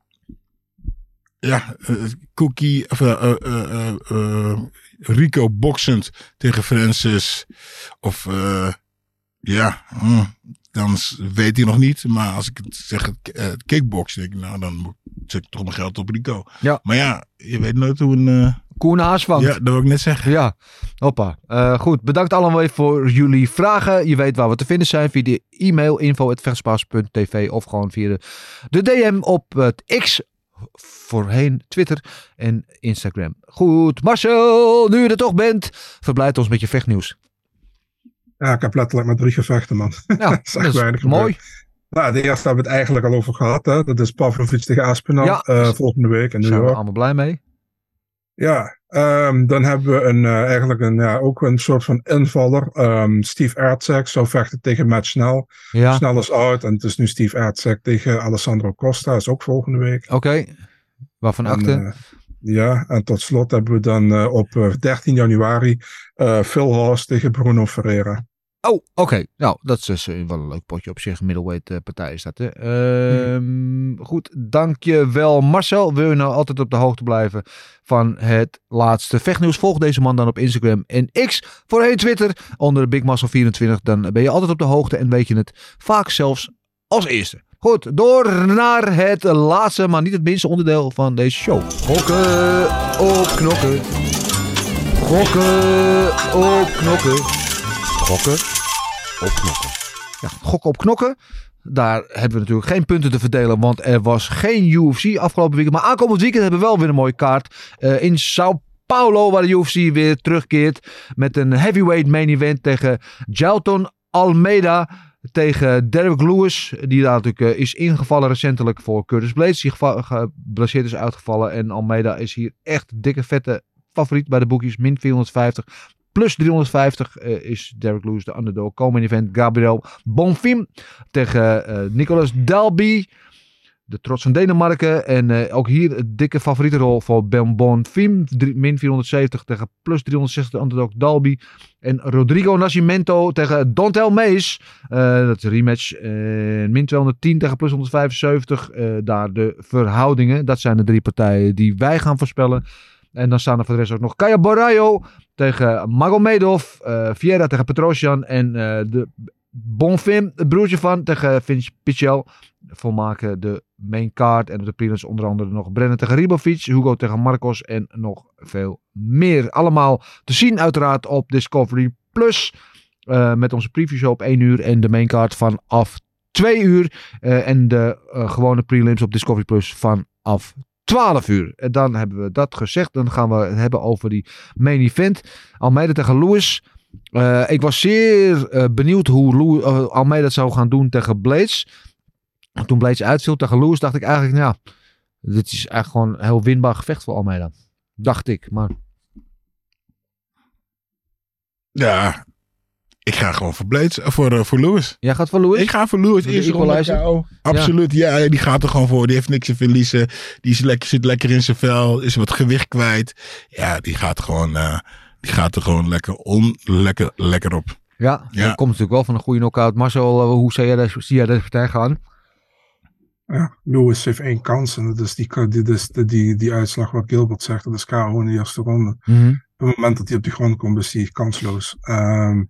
ja, uh, Cookie... Of, uh, uh, uh, uh, Rico boksend tegen Francis. Of... Uh, ja... Uh, dan weet hij nog niet. Maar als ik het zeg, het kickbox, denk ik, nou, dan zet ik toch mijn geld op Rico. Ja. Maar ja, je weet nooit hoe een... Uh... Koen haas vangt. Ja, dat wil ik net zeggen. Ja, hoppa. Uh, goed, bedankt allemaal voor jullie vragen. Je weet waar we te vinden zijn via de e-mail info at vechtspars punt t v of gewoon via de, de D M op het X, voorheen Twitter en Instagram. Goed, Marcel, nu je er toch bent, verblijd ons met je vechtnieuws. Ja, ik heb letterlijk maar drie gevechten, man. Ja, dat is, dat is weinig mooi. Nou, de eerste hebben we het eigenlijk al over gehad. Hè? Dat is Pavlovic tegen Aspinall ja, uh, volgende week. En daar zijn we allemaal blij mee. Ja, um, dan hebben we een, uh, eigenlijk een, ja, ook een soort van invaller. Um, Steve Erceg zou vechten tegen Matt Snell. Ja. Snell is out en het is nu Steve Erceg tegen Alessandro Costa. Dat is ook volgende week. Oké, okay. Waarvan akte? Uh, ja, en tot slot hebben we dan uh, op uh, dertien januari uh, Phil Horst tegen Bruno Ferreira. Oh, oké. Okay. Nou, dat is dus wel een leuk potje op zich. Middleweight uh, partij is dat. Hè? Uh, hmm. Goed, dankjewel Marcel. Wil je nou altijd op de hoogte blijven van het laatste vechtnieuws? Volg deze man dan op Instagram en X. Voorheen Twitter onder Big Muscle vierentwintig. Dan ben je altijd op de hoogte en weet je het vaak zelfs als eerste. Goed, door naar het laatste, maar niet het minste onderdeel van deze show. Gokken op knokken. Gokken op knokken. Gokken op knokken. Ja, gokken op knokken. Daar hebben we natuurlijk geen punten te verdelen, want er was geen U F C afgelopen weekend. Maar aankomend weekend hebben we wel weer een mooie kaart. Uh, in Sao Paulo, waar de U F C weer terugkeert. Met een heavyweight main event tegen Jailton Almeida. Tegen Derrick Lewis, die daar natuurlijk uh, is ingevallen recentelijk voor Curtis Blades. Die geblesseerd is uitgevallen. En Almeida is hier echt dikke vette favoriet bij de boekjes. Min vierhonderdvijftig. Plus driehonderdvijftig uh, is Derrick Lewis de underdog. Komende event Gabriel Bonfim tegen uh, Nicolas Dalby. de trots van Denemarken. En uh, ook hier een dikke favoriete rol voor Ben Bonfim. min vierhonderdzeventig tegen plus driehonderdzestig underdog Dalby. En Rodrigo Nascimento tegen Dontel Mees. Uh, dat is een rematch. Uh, min tweehonderdtien tegen plus honderdvijfenzeventig. Uh, daar de verhoudingen. Dat zijn de drie partijen die wij gaan voorspellen. En dan staan er voor de rest ook nog Kaya Borraio tegen Magomedov. Uh, Vieira tegen Petrosyan. En uh, de Bonfim, het broertje van, tegen Vince Pichel. Volmaken de main card. En op de prelims onder andere nog Brennan tegen Ribovic. Hugo tegen Marcos. En nog veel meer. Allemaal te zien uiteraard op Discovery Plus. Uh, met onze previewshow op één uur. En de main card vanaf twee uur. Uh, en de uh, gewone prelims op Discovery Plus vanaf twaalf uur. En dan hebben we dat gezegd. Dan gaan we het hebben over die main event. Almeida tegen Lewis. Uh, ik was zeer uh, benieuwd hoe Lewis, uh, Almeida het zou gaan doen tegen Blades. Toen Blades uitviel tegen Lewis, dacht ik eigenlijk, ja, dit is eigenlijk gewoon een heel winbaar gevecht voor Almeida. Dacht ik, maar... Ja, ik ga gewoon voor Blades, voor, uh, voor Lewis. Jij gaat voor Lewis? Ik ga voor Lewis. Eerste ronde. Absoluut, ja. ja, die gaat er gewoon voor. Die heeft niks te verliezen. Die is lekker, zit lekker in zijn vel, is wat gewicht kwijt. Ja, die gaat gewoon, uh, die gaat er gewoon lekker, on, lekker, lekker op. Ja, ja. Dat komt natuurlijk wel van een goede knockout. Marcel, uh, hoe zie jij deze, zie jij deze partij gaan? Ja, Lewis heeft één kans en dat is die, die, die, die, die uitslag wat Gilbert zegt, dat is K O in de eerste ronde. Mm-hmm. Op het moment dat hij op de grond komt, is hij kansloos. Um,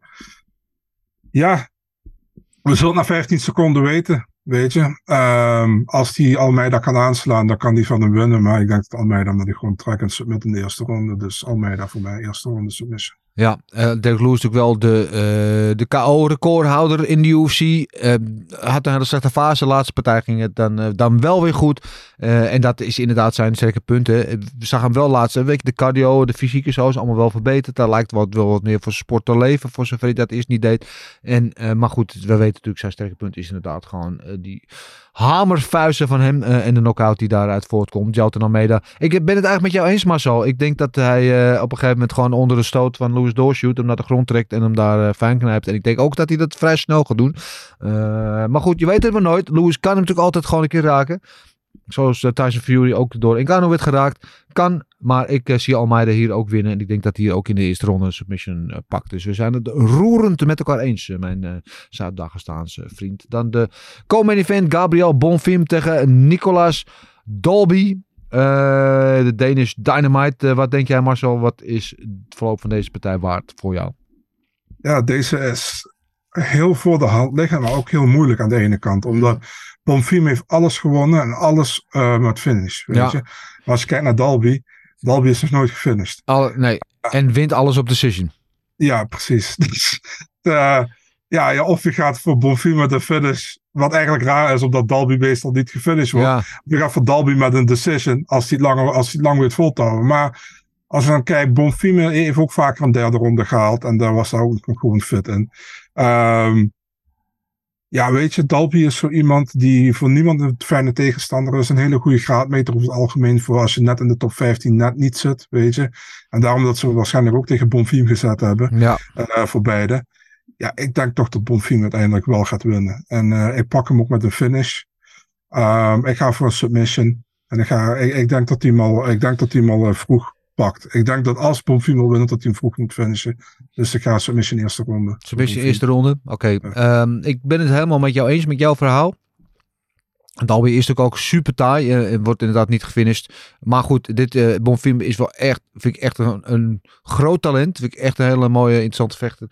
ja, we zullen na vijftien seconden weten, weet je. Um, als hij Almeida kan aanslaan, dan kan hij van hem winnen, maar ik denk dat Almeida met die grond trekt en submit in de eerste ronde, dus Almeida voor mij eerste ronde submission. Ja, uh, Derek Lewis is natuurlijk wel de, uh, de K O-recordhouder in de U F C. Uh, had een hele slechte fase. De laatste partij ging het dan, uh, dan wel weer goed. Uh, en dat is inderdaad zijn sterke punten. We zagen hem wel laatste week. De cardio, de fysieke zo is allemaal wel verbeterd. Daar lijkt wat, wel wat meer voor zijn sport te leven. Voor zover hij dat eerst niet deed. En, uh, maar goed, we weten natuurlijk zijn sterke punt is inderdaad gewoon uh, die hamervuisten van hem. Uh, en de knockout die daaruit voortkomt. Jailton Almeida. Ik ben het eigenlijk met jou eens, Marcel. Ik denk dat hij uh, op een gegeven moment gewoon onder de stoot van Lewis doorshoot, hem naar de grond trekt en hem daar uh, fijn knijpt. En ik denk ook dat hij dat vrij snel gaat doen. Uh, maar goed, je weet het maar nooit. Lewis kan hem natuurlijk altijd gewoon een keer raken. Zoals uh, Tyson Fury ook door Ngannou werd geraakt. Kan, maar ik uh, zie Almeida hier ook winnen. En ik denk dat hij hier ook in de eerste ronde een submission uh, pakt. Dus we zijn het roerend met elkaar eens, uh, mijn uh, Zuid-Dagestaanse vriend. Dan de co-main event. Gabriel Bonfim tegen Nicolas Dalby. Uh, de Danish Dynamite. Uh, wat denk jij, Marcel? Wat is het verloop van deze partij waard voor jou? Ja, deze is heel voor de hand liggen, maar ook heel moeilijk aan de ene kant. Omdat Bonfim heeft alles gewonnen en alles uh, met finish. Weet ja. je? Maar als je kijkt naar Dalby, Dalby is nog nooit gefinished. Al, nee, en wint alles op decision. Ja, precies. Dus, uh, ja, ja, of je gaat voor Bonfim met een finish, wat eigenlijk raar is, omdat Dalby meestal niet gefinished wordt. Ja. Je gaat voor Dalby met een decision, als hij het lang, als hij het lang weet vol te houden. Maar als je dan kijkt, Bonfim heeft ook vaker een derde ronde gehaald. En daar was hij ook gewoon fit in. Um, ja, weet je, Dalby is zo iemand die voor niemand een fijne tegenstander is. Een hele goede graadmeter over het algemeen voor als je net in de top vijftien net niet zit, weet je. En daarom dat ze waarschijnlijk ook tegen Bonfim gezet hebben. Ja. Uh, voor beide. Ja, ik denk toch dat Bonfim uiteindelijk wel gaat winnen. En uh, ik pak hem ook met een finish. Um, ik ga voor een submission. En ik, ga, ik, ik denk dat hij hem al, ik denk dat hij hem al uh, vroeg pakt. Ik denk dat als Bonfim wil winnen, dat hij hem vroeg moet finishen. Dus ik ga submission eerste ronde. Submission eerste ronde, oké. Okay. Ja. Um, ik ben het helemaal met jou eens, met jouw verhaal. Dalby is natuurlijk ook super taai. En uh, wordt inderdaad niet gefinished. Maar goed, dit uh, Bonfim is wel echt, vind ik echt een, een groot talent. Vind ik echt een hele mooie, interessante vechter.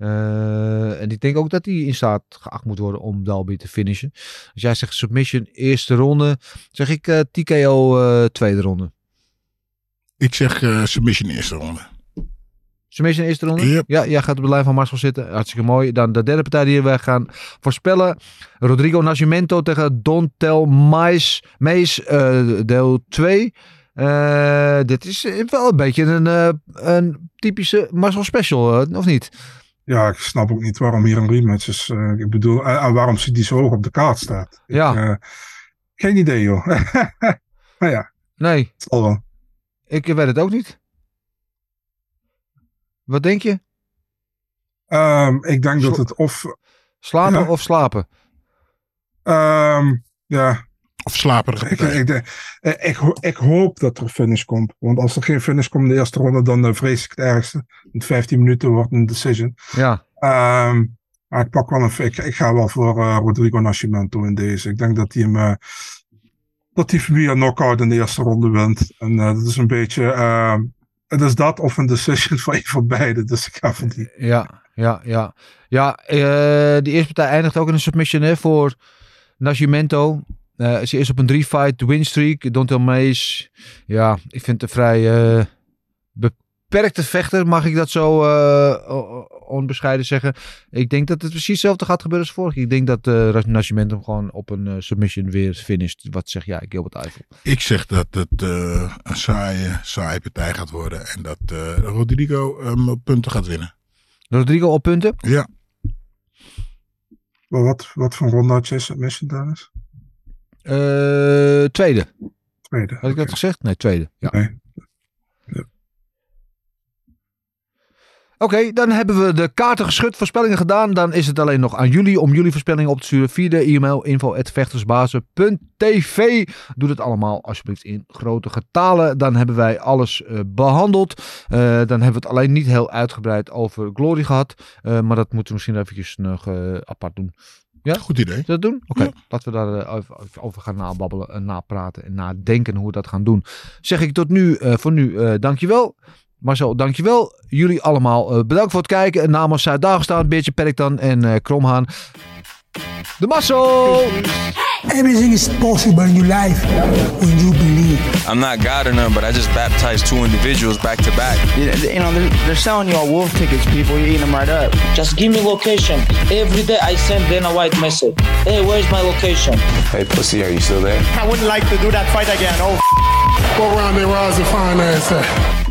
Uh, en ik denk ook dat hij in staat geacht moet worden om Dalby te finishen. Als jij zegt submission eerste ronde, zeg ik uh, T K O uh, tweede ronde. Ik zeg uh, submission eerste ronde. Submission eerste ronde? Yep. Ja, jij gaat op de lijn van Marcel zitten. Hartstikke mooi. Dan de derde partij die we gaan voorspellen. Rodrigo Nascimento tegen Dontel Mees. Mees uh, deel twee. Uh, dit is wel een beetje een, uh, een typische Marcel special, uh, of niet? Ja, ik snap ook niet waarom hier een rematch is. Uh, ik bedoel, en uh, waarom zit die zo hoog op de kaart staat. Ja. Ik, uh, geen idee, joh. Maar ja. Nee. Het zal wel. Ik weet het ook niet. Wat denk je? Um, ik denk Sla- dat het of... Slapen ja. of slapen? Um, ja. Of slaperige Ik, partij? ik, ik, ik, ho- ik hoop dat er een finish komt. Want als er geen finish komt in de eerste ronde, dan uh, vrees ik het ergste. In vijftien minuten wordt een decision. Ja. Um, maar ik pak wel een. Ik, ik ga wel voor uh, Rodrigo Nascimento in deze. Ik denk dat hij hem. Uh, dat hij via knockout in de eerste ronde wint. En uh, dat is een beetje. Uh, het is dat of een decision voor een van beide. Dus ik ga voor die. Ja, ja, ja. Ja, uh, de eerste partij eindigt ook in een submission hè, voor Nascimento. Uh, ze is op een drie-fight winstreak. Dontel Mays, ja, ik vind het een vrij uh, beperkte vechter. Mag ik dat zo uh, onbescheiden zeggen? Ik denk dat het precies hetzelfde gaat gebeuren als vorig. Ik denk dat uh, Nascimento gewoon op een uh, submission weer finisht. Wat zeg jij, Gilbert Eiffel? Ik zeg dat het uh, een saaie, saaie partij gaat worden. En dat uh, Rodrigo um, op punten gaat winnen. Rodrigo op punten? Ja. Maar wat, wat voor ronde had je submission, Dennis? Uh, tweede. Tweede. Had ik dat gezegd? Nee, tweede. Ja. Nee. Ja. Oké, okay, dan hebben we de kaarten geschud, voorspellingen gedaan. Dan is het alleen nog aan jullie om jullie voorspellingen op te sturen via de e-mail info at vechtersbazen punt t v. Doe het allemaal alsjeblieft in grote getalen. Dan hebben wij alles uh, behandeld. Uh, dan hebben we het alleen niet heel uitgebreid over Glory gehad. Uh, maar dat moeten we misschien eventjes nog uh, apart doen. Ja? Goed idee. Zullen we dat doen? Oké, okay. Ja. Laten we daar uh, over, over gaan nababbelen en napraten en nadenken hoe we dat gaan doen. Zeg ik tot nu, uh, voor nu, uh, dankjewel. Marcel, dankjewel. Jullie allemaal uh, bedankt voor het kijken. En namens Zuid-Dagestan, Beertje Perktan en uh, Kromhaan. De Marcel! Everything is possible in your life when you believe. I'm not God or none, but I just baptized two individuals back to back. You, you know, they're, they're selling you all wolf tickets, people. You're eating them right up. Just give me location. Every day I send Dana White message. Hey, where's my location? Hey, pussy, are you still there? I wouldn't like to do that fight again. Oh, What round they rise and fine ass at?